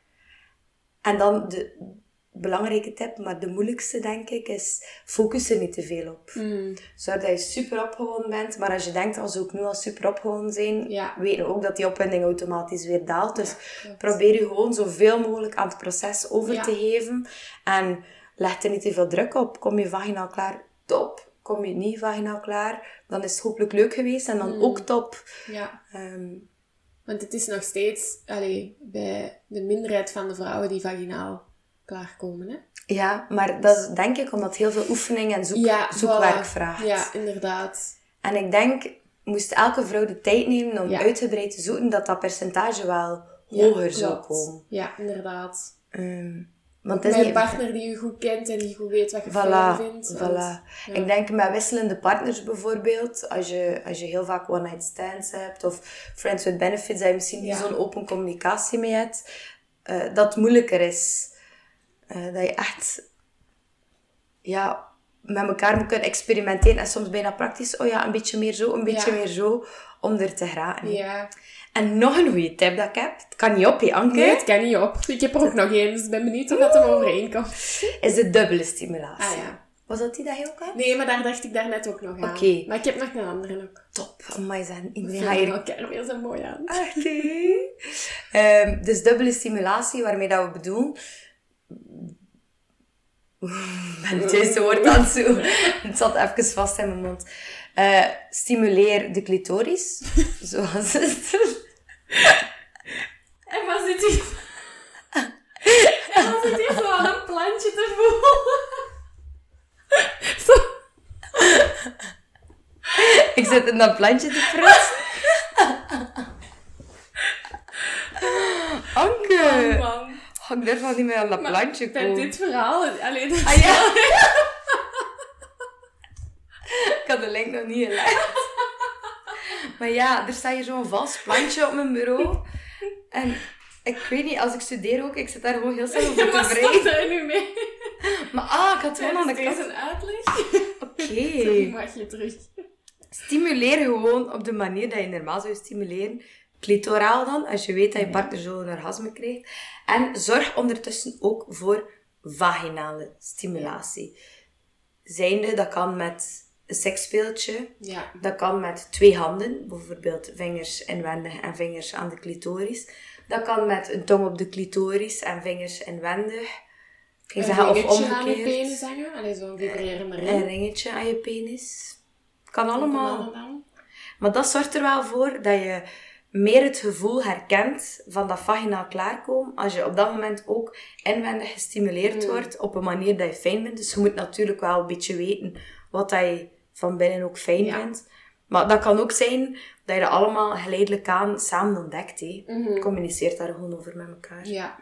En dan de belangrijke tip, maar de moeilijkste denk ik, is focus er niet te veel op. Zorg dat je super opgewonden bent, maar als je denkt, als we ook nu al super opgewonden zijn, weten we ook dat die opwinding automatisch weer daalt. Dus probeer je gewoon zoveel mogelijk aan het proces over te geven. En leg er niet te veel druk op. Kom je vaginaal klaar? Top. Kom je niet vaginaal klaar? Dan is het hopelijk leuk geweest en dan ook top. Want het is nog steeds bij de minderheid van de vrouwen die vaginaal klaarkomen, hè? Ja, maar dat is denk ik omdat heel veel oefening en zoekwerk vraagt. Ja, inderdaad. En ik denk, moest elke vrouw de tijd nemen om uitgebreid te zoeken, dat percentage wel hoger zou komen. Ja, inderdaad. Want met een partner die je goed kent en die goed weet wat je fijn vindt. Ik denk met wisselende partners bijvoorbeeld, als je heel vaak one-night stands hebt, of friends with benefits, dat je misschien niet zo'n open communicatie mee hebt, dat het moeilijker is. Dat je echt met elkaar moet kunnen experimenteren. En soms bijna praktisch. Een beetje meer zo, een beetje meer zo. Om er te geraken. Ja. En nog een goede tip dat ik heb. Het kan niet op, hè, Anke? Nee, het kan niet op. Ik heb er ook nog één. Dus ik ben benieuwd of dat er overeenkomt. Is de dubbele stimulatie. Ah ja. Was dat die dat je ook had? Nee, maar daar dacht ik daarnet ook nog aan. Oké. Maar ik heb nog een andere ook. Top. Amai, iedereen gaat hier elkaar weer zo mooi aan. Echt, hè? Dus dubbele stimulatie, waarmee dat we bedoelen... Ik ben het juiste woord aan het zoeken. Het zat even vast in mijn mond. Stimuleer de clitoris. Zoals het. En wat zit hier? Zo aan een plantje te voelen. Zo. Ik zit in dat plantje te prutsen. Anke. Oh, man. Ik durf al niet meer aan dat plantje komen. Met dit verhaal... Ah ja? had de link nog niet gelegd. Maar ja, er staat hier zo'n vals plantje op mijn bureau. En ik weet niet, als ik studeer ook, ik zit daar gewoon heel snel over te Wat stond wrijven. er nu mee? Maar ik had gewoon aan de Tijdens kant. deze uitleg? Oké. Sorry, mag je terug. Stimuleer gewoon op de manier dat je normaal zou stimuleren. Clitoraal dan, als je weet dat je partner zo een orgasme krijgt. En zorg ondertussen ook voor vaginale stimulatie. Zijnde, dat kan met een seksspeeltje. Ja. Dat kan met 2 handen. Bijvoorbeeld vingers inwendig en vingers aan de clitoris. Dat kan met een tong op de clitoris en vingers inwendig. Kan je zeggen, of ringetje aan je omgekeerd. penis hangen. Allee, zo'n vibrerende ring. Een ringetje aan je penis. Kan allemaal. Dan. Maar dat zorgt er wel voor dat je meer het gevoel herkent van dat vaginaal klaarkomen. Als je op dat moment ook inwendig gestimuleerd wordt op een manier dat je fijn vindt. Dus je moet natuurlijk wel een beetje weten wat dat je van binnen ook fijn vindt. Maar dat kan ook zijn dat je dat allemaal geleidelijk aan samen ontdekt. Communiceert daar gewoon over met elkaar. Ja.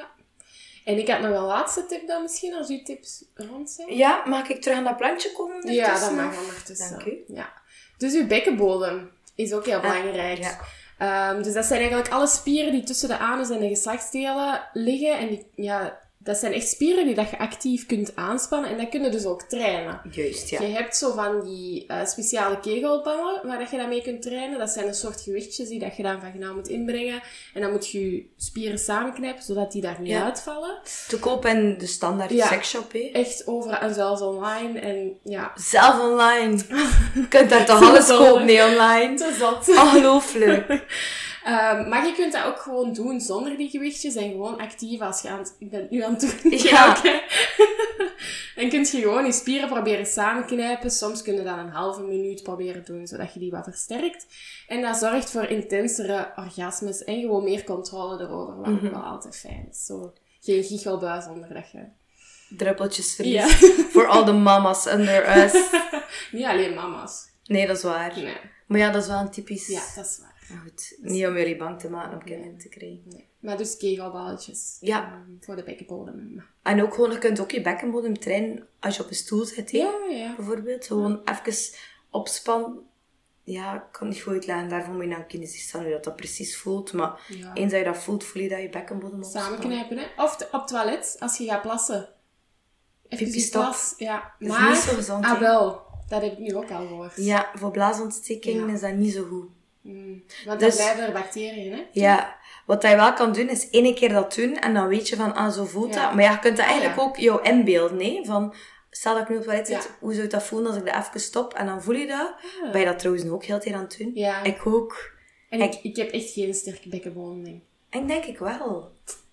En ik heb nog een laatste tip dan misschien, als uw tips rond zijn. Ja, mag ik terug aan dat plantje komen? Ja, dat mag ondertussen. Dank u. Ja. Dus uw bekkenbodem is ook heel belangrijk. Ja. Dus dat zijn eigenlijk alle spieren die tussen de anus en de geslachtsdelen liggen. En dat zijn echt spieren die dat je actief kunt aanspannen. En dat kun je dus ook trainen. Juist, ja. Je hebt zo van die speciale kegelballen waar dat je dat mee kunt trainen. Dat zijn een soort gewichtjes die dat je dan vaginaal moet inbrengen. En dan moet je je spieren samenknijpen, zodat die daar niet uitvallen. Te koop in de standaard sexshop, hè. Echt overal, en zelfs online. En ja, Zelf online. Je kunt daar toch alles kopen, nee, online. te zat. Ongelooflijk. Maar je kunt dat ook gewoon doen zonder die gewichtjes en gewoon actief als je ik ben het nu aan het doen. Ja. Oké. Dan kun je gewoon je spieren proberen samenknijpen. Soms kun je dat een halve minuut proberen doen, zodat je die wat versterkt. En dat zorgt voor intensere orgasmes en gewoon meer controle erover, wat ook wel altijd fijn is. Zo, geen giechelbuis zonder dat je... Druppeltjes verlies. Voor al de mama's under us. Niet alleen mama's. Nee, dat is waar. Nee. Maar ja, dat is wel een typisch... Ja, dat is waar. Maar goed, niet om jullie bang te maken om kinderen te krijgen. Nee. Maar dus kegelballetjes. Ja. Voor de bekkenbodem. En ook gewoon, je kunt ook je bekkenbodem trainen als je op een stoel zit, hè. Ja. Bijvoorbeeld. Gewoon even opspannen. Ja, ik kan het niet goed uitleggen. Daarvoor moet je naar een kinesist staan, hoe dat precies voelt. Maar eens dat je dat voelt, voel je dat je bekkenbodem opspant. Samenknijpen, hè. Of op het toilet, als je gaat plassen. Even je Pipi-stop. plas. Ja. Dat is Maar, niet zo gezond, hè. wel. Dat heb ik nu ook al gehoord. Ja, voor blaasontsteking is dat niet zo goed. Want Dus- dan blijven er bacteriën, hè. Ja, wat je wel kan doen, is 1 keer dat doen en dan weet je van, zo voelt dat. Maar ja, je kunt dat eigenlijk ook jou inbeelden, hè. Van, stel dat ik nu op het toilet zit, hoe zou dat voelen als ik dat even stop en dan voel je dat? Ben je dat trouwens ook heel de tijd aan het doen? Ja. Ik ook. En ik heb echt geen sterke bekkenbodem, denk ik. Ik denk ik wel.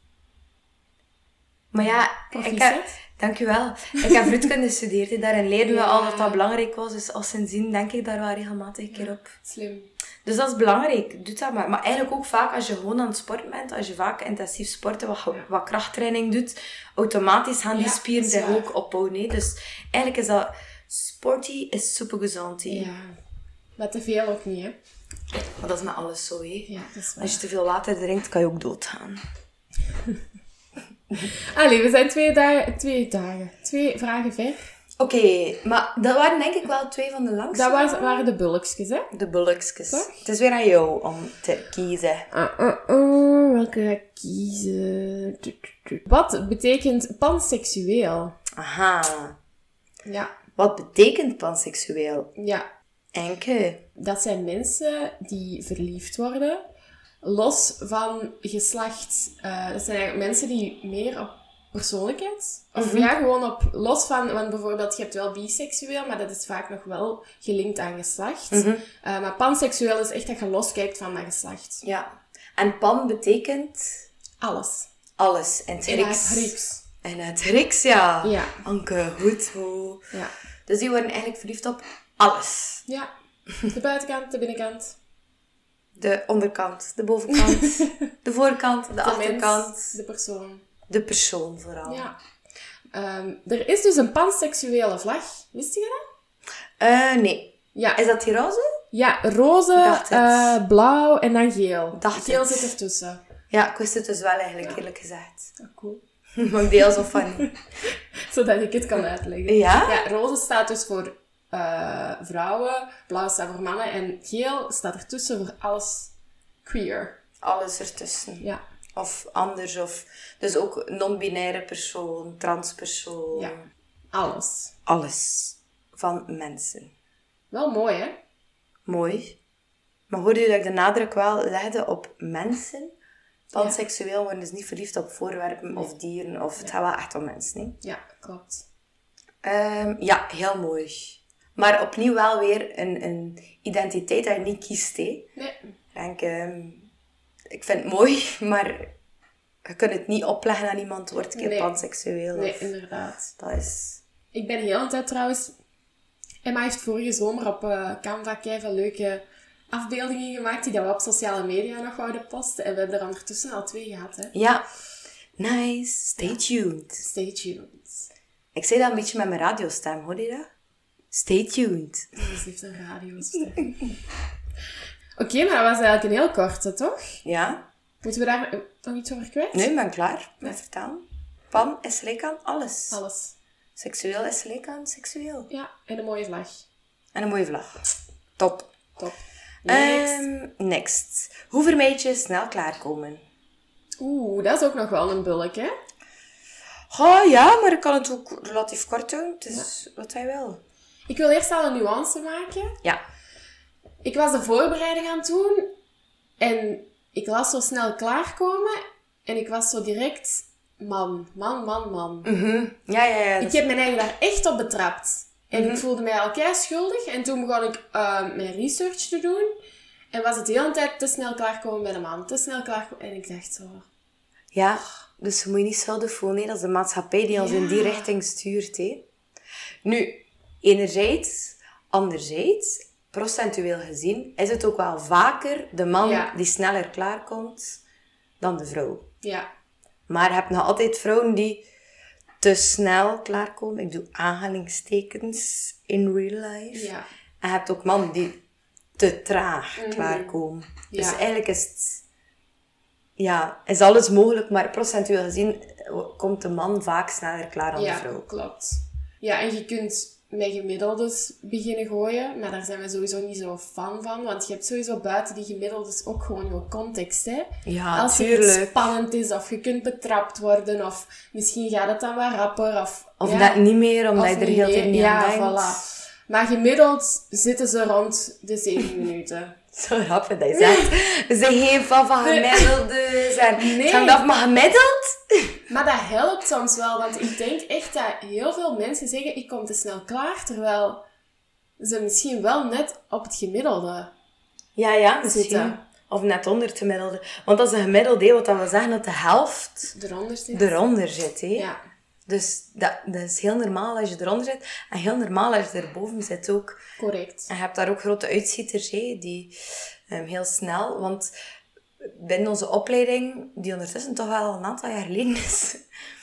Maar ja, Proficiat. dankjewel. Ik heb vroedkunde gestudeerd, hè. Daarin leerden we al dat dat belangrijk was. Dus als sindsdien denk ik daar wel regelmatig een keer op. Slim. Dus dat is belangrijk. Doe dat maar. Maar eigenlijk ook vaak als je gewoon aan het sporten bent, als je vaak intensief sporten, wat krachttraining doet, automatisch gaan die spieren zich ook opbouwen. Hè. Dus eigenlijk is dat... Sporty is supergezond. Hè. Ja. Maar te veel ook niet, hè. Maar dat is met alles zo. Hè. Ja, dat is waar. Als je te veel water drinkt, kan je ook doodgaan. Allee, we zijn 2 vragen ver. Oké, maar dat waren denk ik wel 2 van de langste. Dat waren de bulkjes, hè. De bulkjes. Toch? Het is weer aan jou om te kiezen. Welke ga ik kiezen? Wat betekent panseksueel? Aha. Ja. Wat betekent panseksueel? Ja. Enke. Dat zijn mensen die verliefd worden, los van geslacht. Dat zijn eigenlijk mensen die meer op persoonlijkheid, of gewoon op, los van, want bijvoorbeeld je hebt wel biseksueel, maar dat is vaak nog wel gelinkt aan geslacht. Maar panseksueel is echt dat je loskijkt van dat geslacht. Ja. En pan betekent... Alles. Alles. In het Grieks. Grieks. In het Grieks, ja. Ja. Anke, goed zo. Ja. Dus die worden eigenlijk verliefd op alles. Ja. De buitenkant, de binnenkant. De onderkant, de bovenkant, de voorkant, de achterkant. Mens, de persoon. De persoon vooral. Ja. Er is dus een panseksuele vlag. Wist je dat? Nee. Ja. Is dat die roze? Ja, roze, Dacht het. blauw en dan geel. Dacht Geel het. zit ertussen. Ja, ik wist het dus wel eigenlijk, eerlijk gezegd. Ah, cool. Maar ik deed alsof van niet. Zodat ik het kan uitleggen. Ja? Ja, roze staat dus voor vrouwen, blauw staat voor mannen en geel staat ertussen voor alles queer. Alles ertussen. Ja. Of anders. Dus ook non-binaire persoon, transpersoon. Ja. Alles. Alles. Van mensen. Wel mooi, hè? Mooi. Maar hoorde je dat ik de nadruk wel legde op mensen? Panseksueel worden dus niet verliefd op voorwerpen of dieren. Of het gaat wel echt om mensen, hè? Ja, klopt. Ja, heel mooi. Maar opnieuw wel weer een identiteit dat je niet kiest, hè? Nee. Ik vind het mooi, maar je kunt het niet opleggen aan iemand, wordt een keer panseksueel. Nee, inderdaad. Dat is... Ik ben heel de tijd trouwens... Emma heeft vorige zomer op Canva keiveel leuke afbeeldingen gemaakt die dat we op sociale media nog wouden posten. En we hebben er ondertussen al 2 gehad, hè? Ja. Nice. Stay tuned. Stay tuned. Ik zei dat een beetje met mijn radiostem, hoor je dat? Stay tuned. Dus ze heeft een radiostem. Oké, maar dat was eigenlijk een heel korte, toch? Ja. Moeten we daar nog iets over kwijt? Nee, ik ben klaar met vertellen. Pan is gelijk aan alles. Alles. Seksueel is gelijk aan seksueel. Ja, en een mooie vlag. En een mooie vlag. Top. Top. Next. Hoe vermijd je snel klaarkomen? Oeh, dat is ook nog wel een bulk, hè? Oh ja, maar ik kan het ook relatief kort doen. Het is wat hij wil. Ik wil eerst al een nuance maken. Ja. Ik was de voorbereiding aan het doen en ik las zo snel klaarkomen en ik was zo direct man. Ja. Ik heb mijn eigen daar echt op betrapt. En ik voelde mij al kei schuldig en toen begon ik mijn research te doen en was het de hele tijd te snel klaarkomen bij de man. Te snel klaarkomen. En ik dacht zo... Ja, dus je moet je niet schuldig voelen. Hè? Dat is de maatschappij die ons in die richting stuurt. Hè? Nu, enerzijds, anderzijds, procentueel gezien, is het ook wel vaker de man die sneller klaarkomt dan de vrouw. Ja. Maar je hebt nog altijd vrouwen die te snel klaarkomen. Ik doe aanhalingstekens in real life. Ja. En je hebt ook mannen die te traag klaarkomen. Ja. Dus eigenlijk is het... Ja, is alles mogelijk, maar procentueel gezien komt de man vaak sneller klaar dan de vrouw. Ja, klopt. Ja, en je kunt met gemiddeldes beginnen gooien, maar daar zijn we sowieso niet zo fan van, want je hebt sowieso buiten die gemiddeldes ook gewoon je context, hè. Ja, als er tuurlijk. iets spannend is, of je kunt betrapt worden, of misschien gaat het dan wat rapper, Of net niet meer, omdat je er heel veel niet aan denkt. Voilà. Maar gemiddeld zitten ze rond de 7 minuten. Zo grappig dat je zegt. We zijn geen fan van gemiddeldes. En Nee. gaan we af, maar gemiddeld? Maar dat helpt soms wel, want ik denk echt dat heel veel mensen zeggen, ik kom te snel klaar, terwijl ze misschien wel net op het gemiddelde Ja, misschien. zitten. Of net onder het gemiddelde. Want dat is een gemiddelde, wat dat wil zeggen dat de helft Eronder zit. eronder zit. Hè? Ja. Dus dat is heel normaal als je eronder zit. En heel normaal als je erboven zit ook. Correct. En je hebt daar ook grote uitschieters, hè, die heel snel... Want binnen onze opleiding, die ondertussen toch wel een aantal jaar geleden is...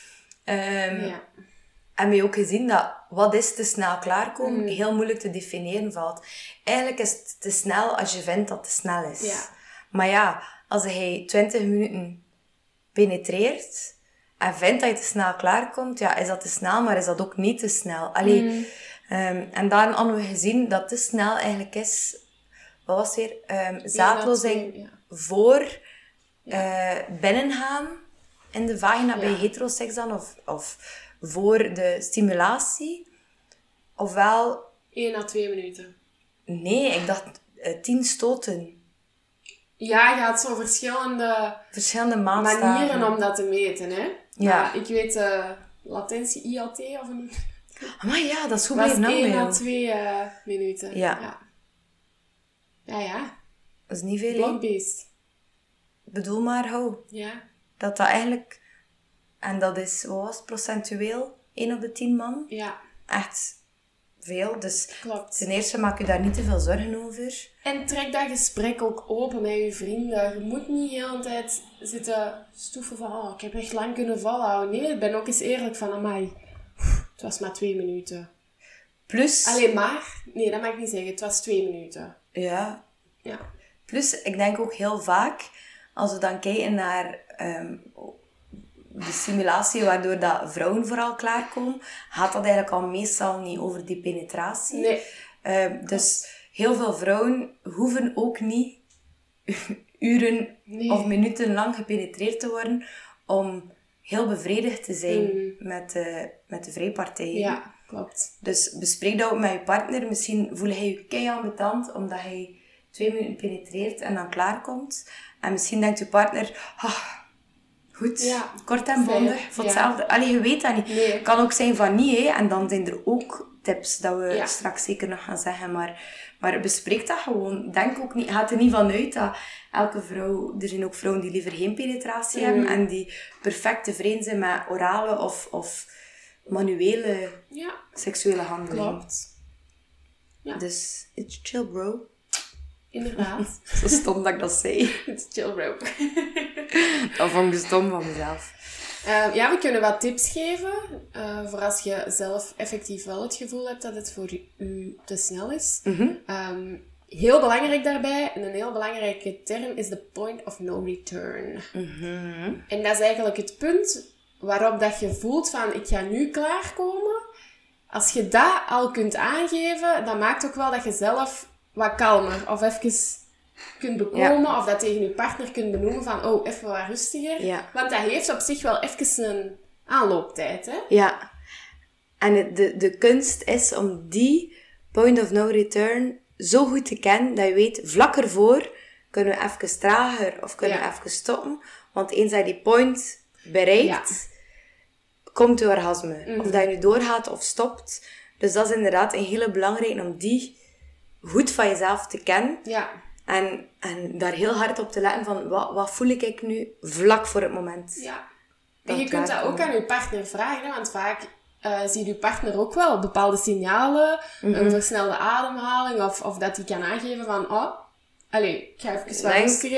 hebben we ook gezien dat wat is te snel klaarkomen heel moeilijk te definiëren valt. Eigenlijk is het te snel als je vindt dat het te snel is. Ja. Maar ja, als hij 20 minuten penetreert en vindt dat je te snel klaarkomt, ja, is dat te snel, maar is dat ook niet te snel. Allee, en daarom hadden we gezien dat te snel eigenlijk is... Wat was het weer? Zaadlozing voor binnengaan in de vagina bij heteroseks dan, of voor de stimulatie. Ofwel... 1 à 2 minuten. Nee, ik dacht 10 stoten. Ja, je had zo Verschillende maatstaven. manieren om dat te meten, hè. Ja. Maar ik weet, latentie ILT of een... Maar ja, dat is goed was blijven 1 à aanmelden. 2 minuten. Ja. Ja. Dat is niet veel, hè? Blokbeest. Bedoel maar, hou. Ja. Dat eigenlijk... En dat is, wat was het, procentueel? 1 op de 10 man. Ja. Echt veel. Dus Klopt. ten eerste maak je daar niet te veel zorgen over. En trek dat gesprek ook open met je vrienden. Je moet niet de hele tijd zitten stoeven van, oh, ik heb echt lang kunnen volhouden. Nee, ik ben ook eens eerlijk van, amai, het was maar 2 minuten. Plus... Alleen maar? Nee, dat mag ik niet zeggen. Het was 2 minuten. Ja. Ja. Plus, ik denk ook heel vaak, als we dan kijken naar de stimulatie waardoor dat vrouwen vooral klaarkomen, gaat dat eigenlijk al meestal niet over die penetratie. Nee. Dus heel veel vrouwen hoeven ook niet uren of minuten lang gepenetreerd te worden om heel bevredigd te zijn met de vrijpartij. Ja, klopt. Dus bespreek dat ook met je partner. Misschien voel hij je kei-ambetant omdat hij 2 minuten penetreert en dan klaarkomt. En misschien denkt je partner, goed, kort en bondig, voor hetzelfde. Allee, je weet dat niet. Nee. Het kan ook zijn van niet, hè. En dan zijn er ook tips dat we straks zeker nog gaan zeggen. Maar bespreek dat gewoon. Denk ook niet, gaat er niet van uit dat elke vrouw... Er zijn ook vrouwen die liever geen penetratie hebben en die perfect tevreden zijn met orale of manuele seksuele handeling. Klopt. Ja. Dus, it's chill, bro. Inderdaad. Zo stom dat ik dat zei. It's chill, bro. Dat vond ik stom van mezelf. We kunnen wat tips geven. Voor als je zelf effectief wel het gevoel hebt dat het voor u te snel is. Heel belangrijk daarbij, en een heel belangrijke term, is de point of no return. En dat is eigenlijk het punt waarop dat je voelt van, ik ga nu klaarkomen. Als je dat al kunt aangeven, dat maakt ook wel dat je zelf wat kalmer of even kunt bekomen, of dat tegen je partner kunt benoemen van, even wat rustiger. Ja. Want dat heeft op zich wel even een aanlooptijd, hè? Ja. En de kunst is om die point of no return zo goed te kennen, dat je weet, vlak ervoor kunnen we even trager of kunnen we even stoppen. Want eens dat je die point bereikt, komt je orgasme. Of dat je nu doorgaat of stopt. Dus dat is inderdaad een hele belangrijke om die goed van jezelf te kennen. Ja. En daar heel hard op te letten van, wat voel ik nu vlak voor het moment. Ja. En je kunt dat ook aan je partner vragen, hè? Want vaak ziet je partner ook wel bepaalde signalen, een versnelde ademhaling, of dat hij kan aangeven van, ik ga even wat rustiger.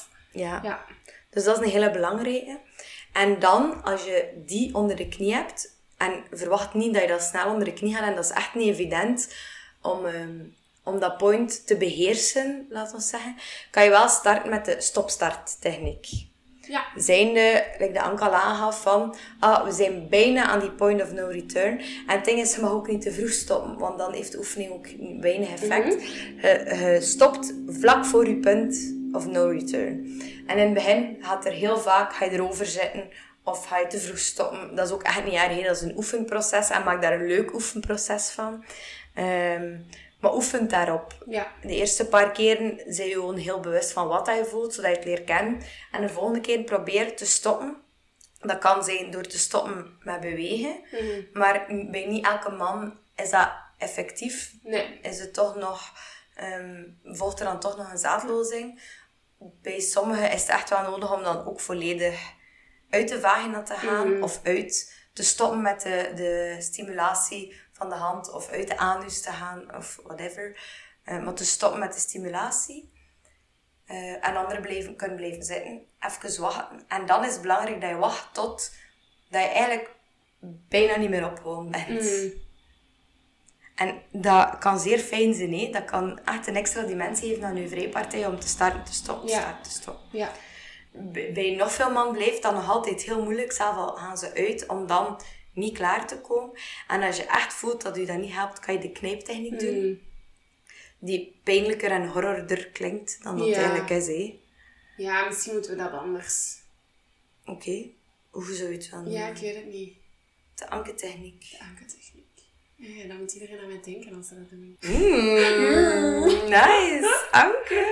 Ja. Dus dat is een hele belangrijke. En dan, als je die onder de knie hebt, en verwacht niet dat je dat snel onder de knie gaat, en dat is echt niet evident om dat point te beheersen, laten we zeggen, kan je wel starten met de stop-start-techniek. Ja. Zijnde, like de Anke al aangaf van, we zijn bijna aan die point of no return. En het ding is, je mag ook niet te vroeg stoppen, want dan heeft de oefening ook weinig effect. Je stopt vlak voor je punt of no return. En in het begin ga je erover zitten, of ga je te vroeg stoppen. Dat is ook echt niet erg, dat is een oefenproces en maak daar een leuk oefenproces van. Maar oefent daarop. Ja. De eerste paar keren zijn je gewoon heel bewust van wat je voelt, zodat je het leert kennen. En de volgende keer probeer te stoppen. Dat kan zijn door te stoppen met bewegen. Maar bij niet elke man is dat effectief. Nee. Is het toch nog, volgt er dan toch nog een zaadlozing. Bij sommigen is het echt wel nodig om dan ook volledig uit de vagina te gaan. Of uit te stoppen met de stimulatie van de hand. Of uit de anus te gaan. Of whatever. Maar te stoppen met de stimulatie. En anderen kunnen blijven zitten. Even wachten. En dan is het belangrijk dat je wacht tot dat je eigenlijk bijna niet meer opgewonden bent. En dat kan zeer fijn zijn. Hè? Dat kan echt een extra dimensie geven aan je vrijpartij om te starten, te stoppen, starten, te stoppen. Ja. Bij nog veel man blijft dat nog altijd heel moeilijk. Zelf al gaan ze uit om dan niet klaar te komen. En als je echt voelt dat je dat niet helpt, kan je de knijptechniek doen. Die pijnlijker en horrorder klinkt dan dat het eigenlijk is. Hè? Ja, misschien moeten we dat anders. Oké. Hoe zou je het dan doen? Ja, ik weet het niet. De Anke-techniek. De Anke-techniek. Ja, dan moet iedereen aan mij denken als ze dat doen. Nice. Anke.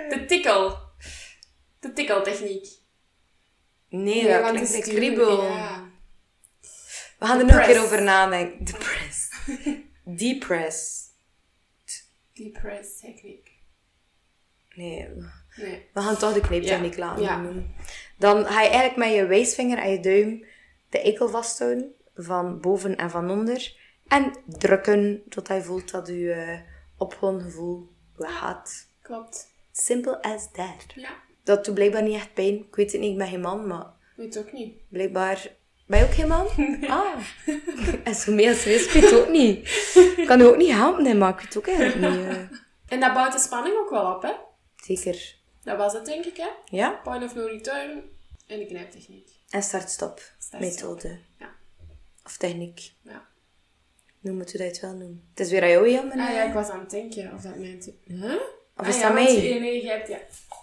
De tikkeltechniek. Nee, dat klinkt like kriebel. Ja. We gaan er nog een keer over nadenken. Depress. Depress techniek. Nee. We gaan toch de knijptechniek laten doen. Ja. Dan ga je eigenlijk met je wijsvinger en je duim de eikel vasthouden. Van boven en van onder. En drukken tot je voelt dat je opgewonden gevoel weggaat. Klopt. Simple as that. Ja. Dat doet blijkbaar niet echt pijn. Ik weet het niet, ik ben geen man, maar... Weet ook niet. Blijkbaar... Ben je ook geen man? En zo mee als je is, ik weet het ook niet. Ik kan je ook niet helpen, maar ik weet het ook eigenlijk niet. En dat bouwt de spanning ook wel op, hè? Zeker. Dat was het, denk ik, hè? Ja? Point of no return en de knijptechniek. En start-stop methode. Ja. Of techniek. Ja. Noem het hoe dat je het wel noemt. Het is weer aan jou, Jan. Ja, ik was aan het denken of dat mijn... Huh? Of is dat mij? Nee, jij hebt... Ja.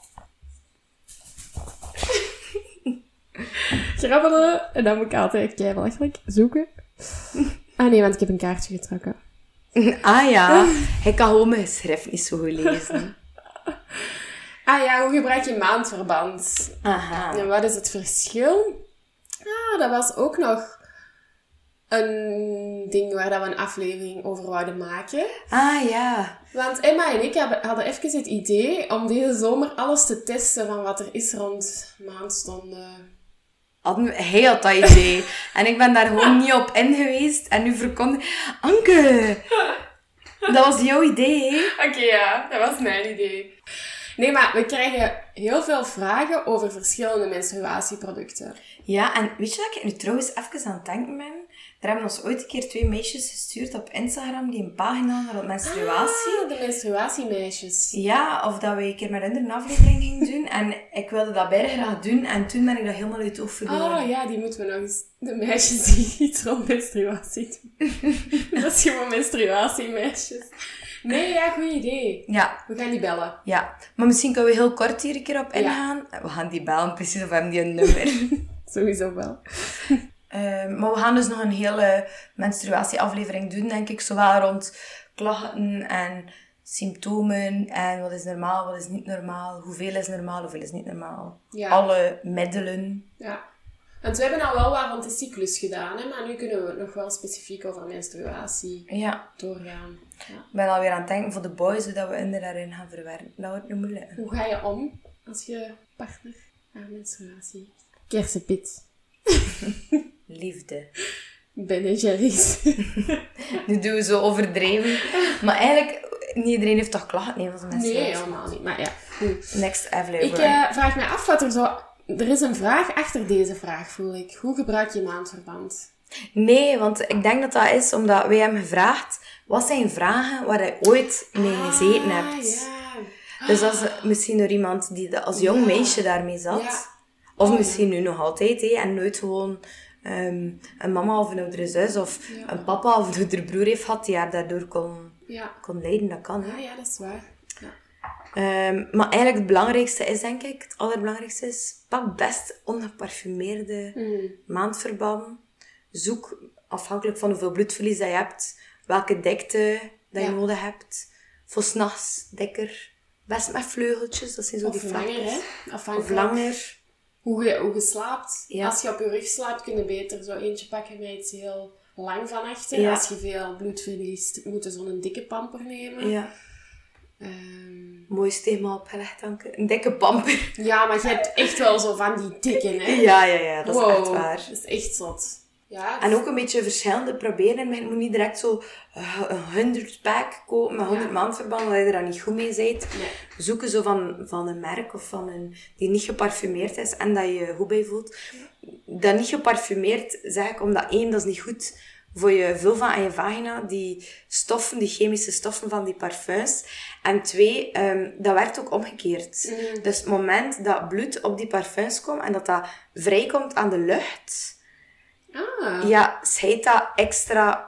Grabbelen. En dan moet ik altijd keibelachelijk zoeken. Ah nee, want ik heb een kaartje getrokken. Ah ja. Hij kan gewoon mijn schrift niet zo goed lezen. Ah ja, hoe gebruik je maandverband? Aha. En wat is het verschil? Ah, dat was ook nog een ding waar dat we een aflevering over wouden maken. Ah ja. Want Emma en ik hadden even het idee om deze zomer alles te testen van wat er is rond maandstonden. Hij had dat idee. En ik ben daar gewoon niet op in geweest. En nu verkondig... Anke! Dat was jouw idee, hè? Oké, ja. Dat was mijn idee. Nee, maar we krijgen heel veel vragen over verschillende menstruatieproducten. Ja, en weet je dat ik nu trouwens even aan het denken ben? Er hebben ons ooit een keer 2 meisjes gestuurd op Instagram die een pagina hadden rond menstruatie. Ah, de menstruatiemeisjes. Ja, of dat we een keer met hun een aflevering gingen doen. En ik wilde dat bijna graag doen. En toen ben ik dat helemaal uit het oog verloren. Ah ja, die moeten we nog eens... De meisjes die iets rond menstruatie doen. Dat is gewoon menstruatiemeisjes. Nee, ja, goed idee. Ja. We gaan die bellen. Ja. Maar misschien kunnen we heel kort hier een keer op ingaan. We gaan die bellen precies of hebben die een nummer. Sowieso wel. Maar we gaan dus nog een hele menstruatieaflevering doen, denk ik. Zowel rond klachten en symptomen en wat is normaal, wat is niet normaal. Hoeveel is normaal, hoeveel is niet normaal. Ja. Alle middelen. Ja. Want we hebben al wel wat rond de cyclus gedaan, hè, maar nu kunnen we nog wel specifiek over menstruatie doorgaan. Ja. Ik ben alweer aan het denken voor de boys, hoe dat we hun daarin gaan verwerken. Dat wordt nu moeilijk. Hoe ga je om als je partner aan menstruatie? Kersenpit. Liefde. Ben Jerry's. Nu doen we zo overdreven. Maar eigenlijk, niet iedereen heeft toch klachten van zijn menstruatie? Nee, helemaal niet. Maar ja, goed. Next aflevering. Ik vraag me af wat er zo... Er is een vraag achter deze vraag, voel ik. Hoe gebruik je maandverband? Nee, want ik denk dat dat is omdat wij hem gevraagd... Wat zijn vragen waar hij ooit mee gezeten hebt? Ja. Dus dat is misschien door iemand die als jong meisje daarmee zat. Ja. Of misschien nu nog altijd, hè, en nooit gewoon een mama of een oudere zus of een papa of een oudere broer heeft gehad die haar daardoor kon leiden. Dat kan, hè. Ja, dat is waar. Ja. Maar eigenlijk het belangrijkste is, denk ik, het allerbelangrijkste is, pak best ongeparfumeerde maandverbanden. Zoek, afhankelijk van hoeveel bloedverlies dat je hebt, welke dikte dat je nodig hebt. Voor 's nachts dikker. Best met vleugeltjes, dat zijn zo Of die langer, vlakjes. hè? Afhankelijk. Of langer. Hoe je slaapt. Ja. Als je op je rug slaapt, kun je beter zo eentje pakken met iets heel lang van achter. Ja. Als je veel bloed verliest, moet je zo'n dikke pamper nemen. Ja. Mooi stigma opgelegd, Anke. Een dikke pamper. Ja, maar je hebt echt wel zo van die dikke, hè? Ja, dat is echt waar. Dat is echt zot. Ja, En ook een beetje verschillende proberen. Maar je moet niet direct zo 100 pack kopen met 100 maandverbanden, dat je er dan niet goed mee bent. Nee. Zoeken zo van een merk of van een die niet geparfumeerd is en dat je je goed bij voelt. Dat niet geparfumeerd, zeg ik, omdat 1, dat is niet goed voor je vulva en je vagina, die stoffen, die chemische stoffen van die parfums. En 2, dat werkt ook omgekeerd. Dus het moment dat bloed op die parfums komt en dat vrijkomt aan de lucht, ja, scheidt dat extra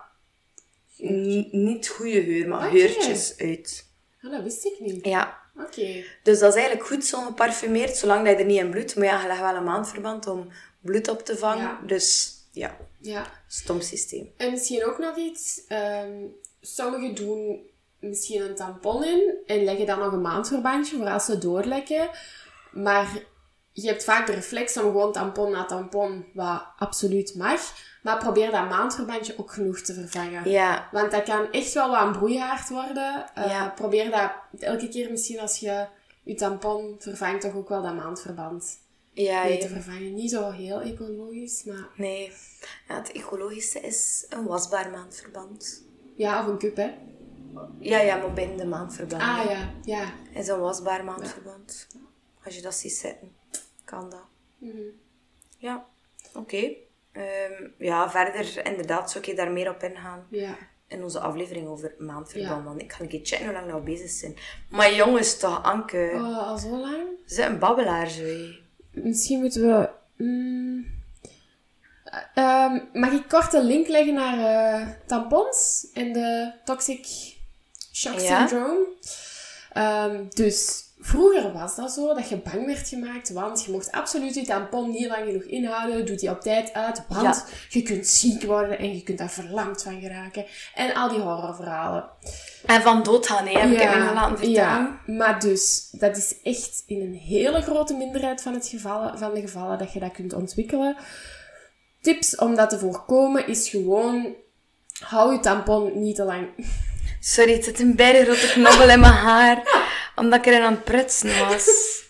niet goede geur, maar geurtjes uit. Ah, dat wist ik niet. Ja. Oké. Dus dat is eigenlijk goed zo geparfumeerd, zolang dat je er niet in bloed. Maar ja, je legt wel een maandverband om bloed op te vangen. Ja. Dus ja, Ja. stom systeem. En misschien ook nog iets. Sommigen doen misschien een tampon in en leggen dan nog een maandverbandje voor als ze doorlekken. Maar je hebt vaak de reflex om gewoon tampon na tampon, wat absoluut mag. Maar probeer dat maandverbandje ook genoeg te vervangen. Ja. Want dat kan echt wel wat een broeihaard worden. Probeer dat elke keer misschien als je je tampon vervangt, toch ook wel dat maandverband mee te vervangen. Niet zo heel ecologisch, maar... Nee. Ja, het ecologische is een wasbaar maandverband. Ja, of een cup, hè. Ja, maar binnen de maandverband. Ah, ja. Is een wasbaar maandverband. Ja. Als je dat ziet zitten, kan dat. Ja, oké. Ja, verder inderdaad zou ik daar meer op ingaan. Ja. In onze aflevering over maandverbanden. Ik ga een keer checken hoe lang we bezig zijn. Maar jongens, toch, Anke. Oh, al zo lang? Ze zijn een babbelaar, zo. Misschien moeten we... Mag ik kort een link leggen naar tampons en de toxic shock syndrome? Dus vroeger was dat zo, dat je bang werd gemaakt, want je mocht absoluut je tampon niet lang genoeg inhouden, doet die op tijd uit, want je kunt ziek worden en je kunt daar verlamd van geraken. En al die horrorverhalen. En van doodgaan, heb ik hem laten vertellen. Ja, maar dus, dat is echt in een hele grote minderheid van de gevallen dat je dat kunt ontwikkelen. Tips om dat te voorkomen is gewoon, hou je tampon niet te lang. Sorry, het zit een beide grote knobbel in mijn haar, omdat ik erin aan het prutsen was.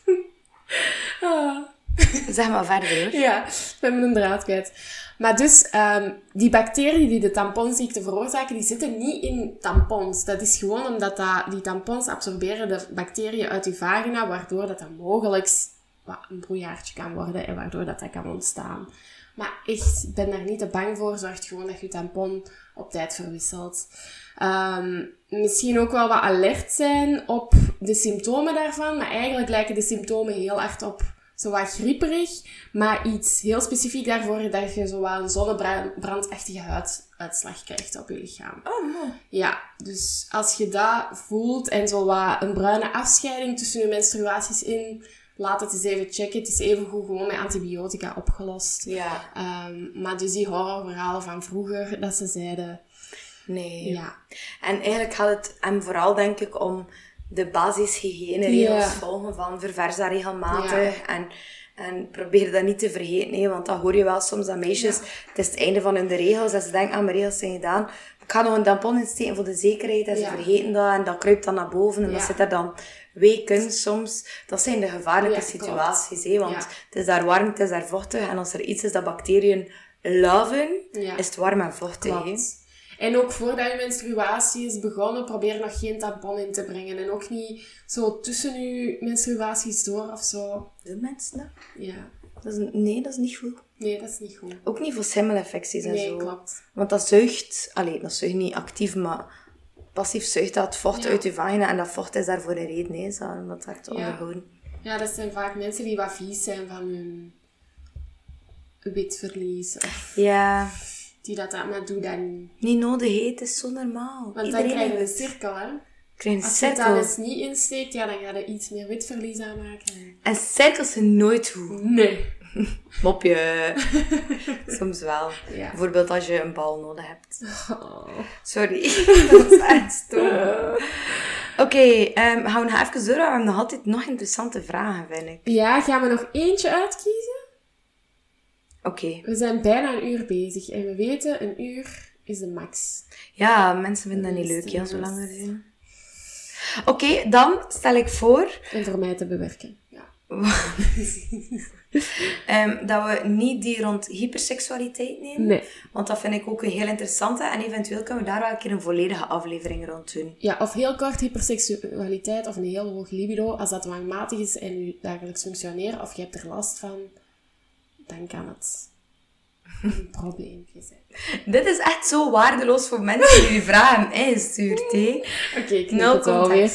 Zeg maar verder, hoor. Ja, ik ben mijn draad kwijt. Maar dus, die bacteriën die de tamponziekte veroorzaken, die zitten niet in tampons. Dat is gewoon omdat die tampons absorberen de bacteriën uit je vagina, waardoor dat mogelijk een broeiaartje kan worden en waardoor dat kan ontstaan. Maar echt, ben daar niet te bang voor. Zorg gewoon dat je tampon op tijd verwisselt. Misschien ook wel wat alert zijn op de symptomen daarvan. Maar eigenlijk lijken de symptomen heel hard op zo wat grieperig. Maar iets heel specifiek daarvoor dat je zo wat een zonnebrandachtige huiduitslag krijgt op je lichaam. Oh, mooi. Ja, dus als je dat voelt en zo wat een bruine afscheiding tussen je menstruaties in, laat het eens even checken. Het is evengoed gewoon met antibiotica opgelost. Ja. Maar dus die horrorverhalen van vroeger, dat ze zeiden... Nee. Ja. En eigenlijk gaat het hem vooral, denk ik, om de basishygiëneregels volgen van ververs dat regelmatig en probeer dat niet te vergeten, want dat hoor je wel soms aan meisjes. Het is het einde van hun regels en ze denken, mijn regels zijn gedaan. Ik ga nog een tampon insteken voor de zekerheid en ze vergeten dat en dat kruipt dan naar boven en dat zit er dan weken soms. Dat zijn de gevaarlijke situaties, want het is daar warm, het is daar vochtig en als er iets is dat bacteriën loven, is het warm en vochtig. En ook voordat je menstruatie is begonnen, probeer nog geen tampon in te brengen. En ook niet zo tussen je menstruaties door of zo. Doen mensen dat? Ja. Nee, dat is niet goed. Nee, dat is niet goed. Ook niet voor schimmelinfecties en zo. Nee, klopt. Want dat zuigt... dat zuigt niet actief, maar passief zuigt dat vocht uit je vagina. En dat vocht is daar voor een reden, om dat daar te onderhouden. Ja, dat zijn vaak mensen die wat vies zijn van hun witverlies. Ja... Die dat maar doe dat niet. Niet nodig, het is zo normaal. Want dan krijg je een cirkel, hè. Als je het dan eens niet insteekt, dan ga je iets meer witverlies aanmaken. En cirkels zijn nooit goed. Nee. Mopje. Soms wel. Ja. Bijvoorbeeld als je een bal nodig hebt. Oh. Sorry. Dat is echt stom. Oké, gaan we nog even door. We hebben nog altijd nog interessante vragen, vind ik. Ja, gaan we nog eentje uitkiezen? Oké. We zijn bijna een uur bezig en we weten, een uur is de max. Ja, mensen vinden dat niet leuk, zo lang we zijn. Oké, dan stel ik voor... En voor mij te bewerken, ja. Dat we niet die rond hyperseksualiteit nemen. Nee. Want dat vind ik ook een heel interessante. En eventueel kunnen we daar wel een keer een volledige aflevering rond doen. Ja, of heel kort hyperseksualiteit of een heel hoog libido. Als dat dwangmatig is en je dagelijks functioneren of je hebt er last van... dan kan het een probleempje zijn. Dit is echt zo waardeloos voor mensen die die vragen hebben ingestuurd, hè. Oké, ik knip het alweer.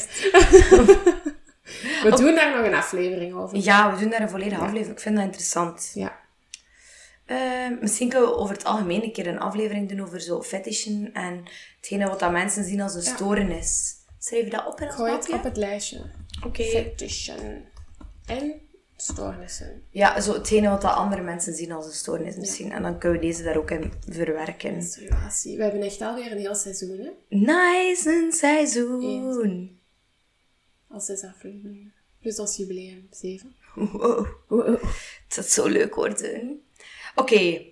We doen daar nog een aflevering over. Ja, we doen daar een volledige aflevering. Ik vind dat interessant. Ja. Misschien kunnen we over het algemeen een keer een aflevering doen over zo fetishen en hetgene wat dat mensen zien als een stoornis. Schrijf je dat op in ons Gooi het mapje? op het lijstje. Oké. Fetishen. En stoornissen. Ja, zo hetgene wat dat andere mensen zien als een stoornis misschien. Ja. En dan kunnen we deze daar ook in verwerken. Menstruatie. We hebben echt alweer een heel seizoen, hè? Nice, een seizoen. Al 6 afleveringen. Plus als jubileum 7. Wow. Het zou zo leuk worden. Oké.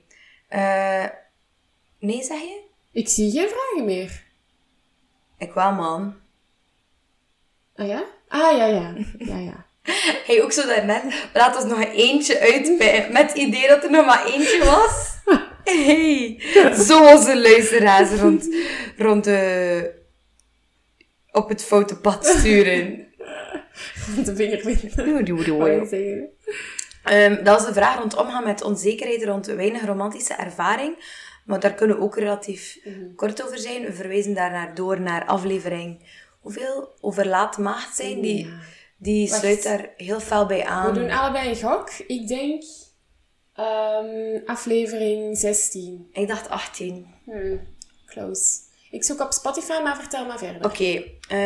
Nee, zeg je? Ik zie geen vragen meer. Ik wel, man. Ah ja? Ah, ja. Hey, ook zo daarnet. Laat ons nog eentje uitpijpen. Met het idee dat er nog maar eentje was. Hey. Zo onze luisteraars rond de... op het foute pad sturen. Rond de vingerwind. Dat is de vraag rond omgaan met onzekerheid rond weinig romantische ervaring. Maar daar kunnen we ook relatief kort over zijn. We verwijzen daarnaar door naar aflevering... Hoeveel? Over laat maagd zijn. Die sluit daar heel fel bij aan. We doen allebei een gok. Ik denk Aflevering 16. Ik dacht 18. Close. Ik zoek op Spotify, maar vertel maar verder. Oké.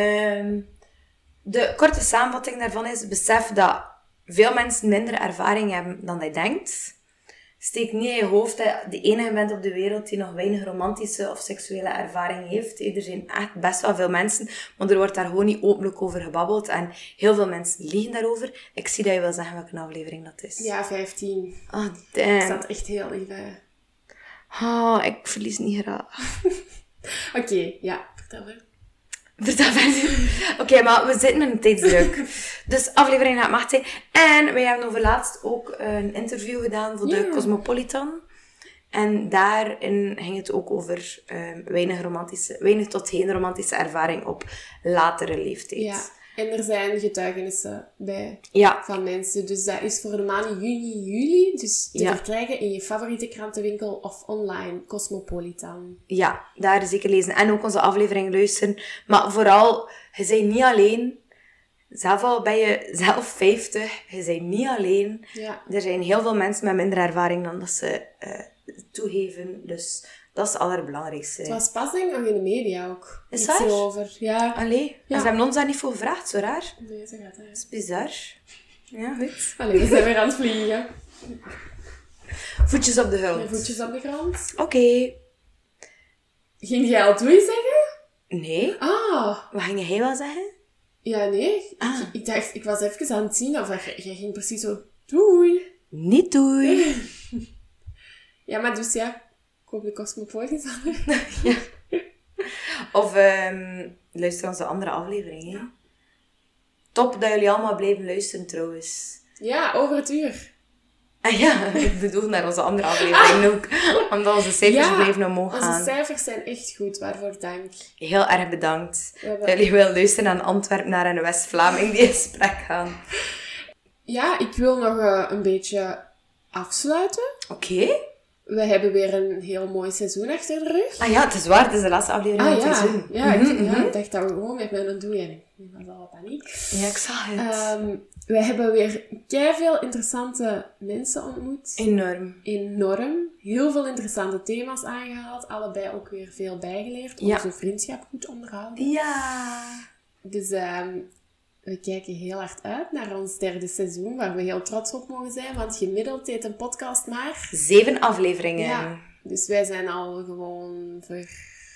De korte samenvatting daarvan is... Besef dat veel mensen minder ervaring hebben dan je denkt. Steek niet in je hoofd dat je de enige bent op de wereld die nog weinig romantische of seksuele ervaring heeft. Er zijn echt best wel veel mensen, maar er wordt daar gewoon niet openlijk over gebabbeld. En heel veel mensen liegen daarover. Ik zie dat je wil zeggen welke aflevering dat is. Ja, 15. Oh, damn. Dat staat echt heel lief bij. Oh, ik verlies niet graag. Oké, ja, vertel maar. Vertel verder. Oké, maar we zitten in een tijdsdruk. Dus aflevering gaat macht zijn. En wij hebben over laatst ook een interview gedaan voor de Cosmopolitan. En daarin ging het ook over weinig tot geen romantische ervaring op latere leeftijd. Ja, en er zijn getuigenissen bij van mensen. Dus dat is voor de maanden juni, juli. Dus te verkrijgen in je favoriete krantenwinkel of online. Cosmopolitan. Ja, daar zeker lezen. En ook onze aflevering luisteren. Maar vooral, je bent niet alleen. Zelf al ben je zelf 50. Je bent niet alleen. Ja. Er zijn heel veel mensen met minder ervaring dan dat ze toegeven. Dus dat is het allerbelangrijkste. Het was pas denk ik nog in de media ook. Is dat? dat? Over. Ja. Allee, ze hebben ons daar niet voor gevraagd. Zo raar. Nee, zo gaat het. Dat is bizar. Ja, goed. Allee, we zijn weer aan het vliegen. Voetjes op de grond. Voetjes op de grond. Oké. Ging jij al doei zeggen? Nee. Wat ging jij wel zeggen? Ja, nee. Ik dacht, ik was even aan het zien of jij ging precies zo doei. Niet doei. Ja, maar dus ja, koop de Cosmopolitan. Ja. Of luister onze andere aflevering. Hè? Top dat jullie allemaal blijven luisteren trouwens. Ja, over het uur. Ja, ik bedoel naar onze andere aflevering ook. Omdat onze cijfers blijven omhoog gaan. Onze cijfers zijn echt goed, waarvoor dank. Heel erg bedankt. Dat jullie willen luisteren aan Antwerpen naar een West-Vlaming die in gesprek gaan. Ja, ik wil nog een beetje afsluiten. Oké. We hebben weer een heel mooi seizoen achter de rug. Ah ja, het is waar. Het is de laatste aflevering van het seizoen. Ja, ik dacht dat we gewoon met mijn doei en ik was al paniek. Ja, ik zag het. We hebben weer keiveel interessante mensen ontmoet. Enorm. Heel veel interessante thema's aangehaald. Allebei ook weer veel bijgeleerd. Onze vriendschap goed onderhouden. Ja. Dus we kijken heel hard uit naar ons 3e seizoen, waar we heel trots op mogen zijn. Want gemiddeld deed een podcast maar 7 afleveringen. Ja, dus wij zijn al gewoon voor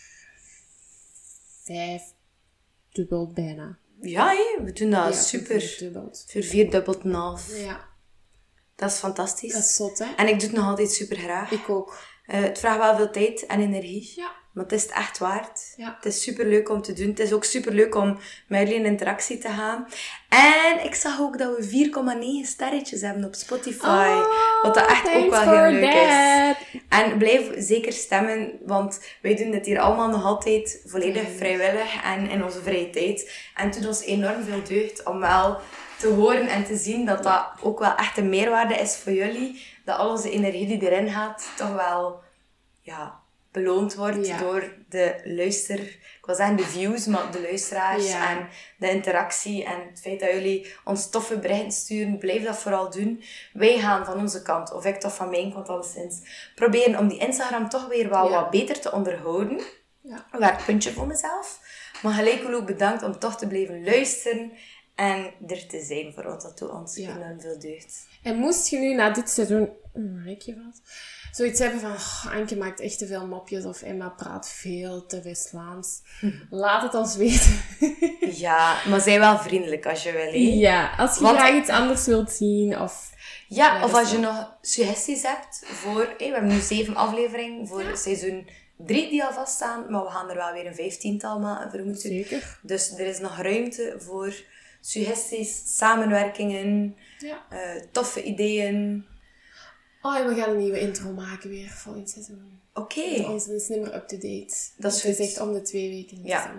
5 dubbel bijna. Ja, we doen dat super. Voor 4 dubbelt en half. Ja. Dat is fantastisch. Dat is zot, hè? En ik doe het nog altijd super graag. Ik ook. Het vraagt wel veel tijd en energie. Ja. Maar het is het echt waard. Ja. Het is super leuk om te doen. Het is ook super leuk om met jullie in interactie te gaan. En ik zag ook dat we 4,9 sterretjes hebben op Spotify. Wat dat echt ook wel heel leuk is. En blijf zeker stemmen, want wij doen dit hier allemaal nog altijd volledig vrijwillig en in onze vrije tijd. En het doet ons enorm veel deugd om wel te horen en te zien dat dat ook wel echt een meerwaarde is voor jullie. Dat al onze energie die erin gaat, toch wel beloond wordt door de ik wil zeggen de views, maar de luisteraars en de interactie en het feit dat jullie ons toffe berichten sturen, blijf dat vooral doen. Wij gaan van onze kant, of ik toch van mijn kant alleszins, proberen om die Instagram toch weer wel wat beter te onderhouden. Ja. Een werkpuntje voor mezelf. Maar gelijk ook bedankt om toch te blijven luisteren en er te zijn voor ons. Dat doet ons enorm veel deugd. En moest je nu na dit seizoen zoiets hebben van, Anke maakt echt te veel mopjes of Emma praat veel te West-Vlaams. Laat het ons weten. Ja, maar zij wel vriendelijk als je wil. Hè? Ja, als je graag iets anders wilt zien of... Ja, of als je nog suggesties hebt voor... we hebben nu 7 afleveringen voor seizoen 3 die al vaststaan, maar we gaan er wel weer een 15-tal maken, vermoed ik. Zeker. Dus er is nog ruimte voor suggesties, samenwerkingen, toffe ideeën. En we gaan een nieuwe intro maken weer volgend seizoen. Oké. Onze is niet meer up-to-date. Dat is het is echt om de 2 weken. Ja.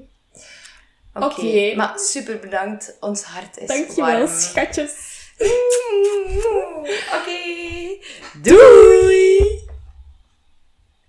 Oké. Maar super bedankt. Ons hart is Dankjewel, warm. schatjes. Oké. Doei!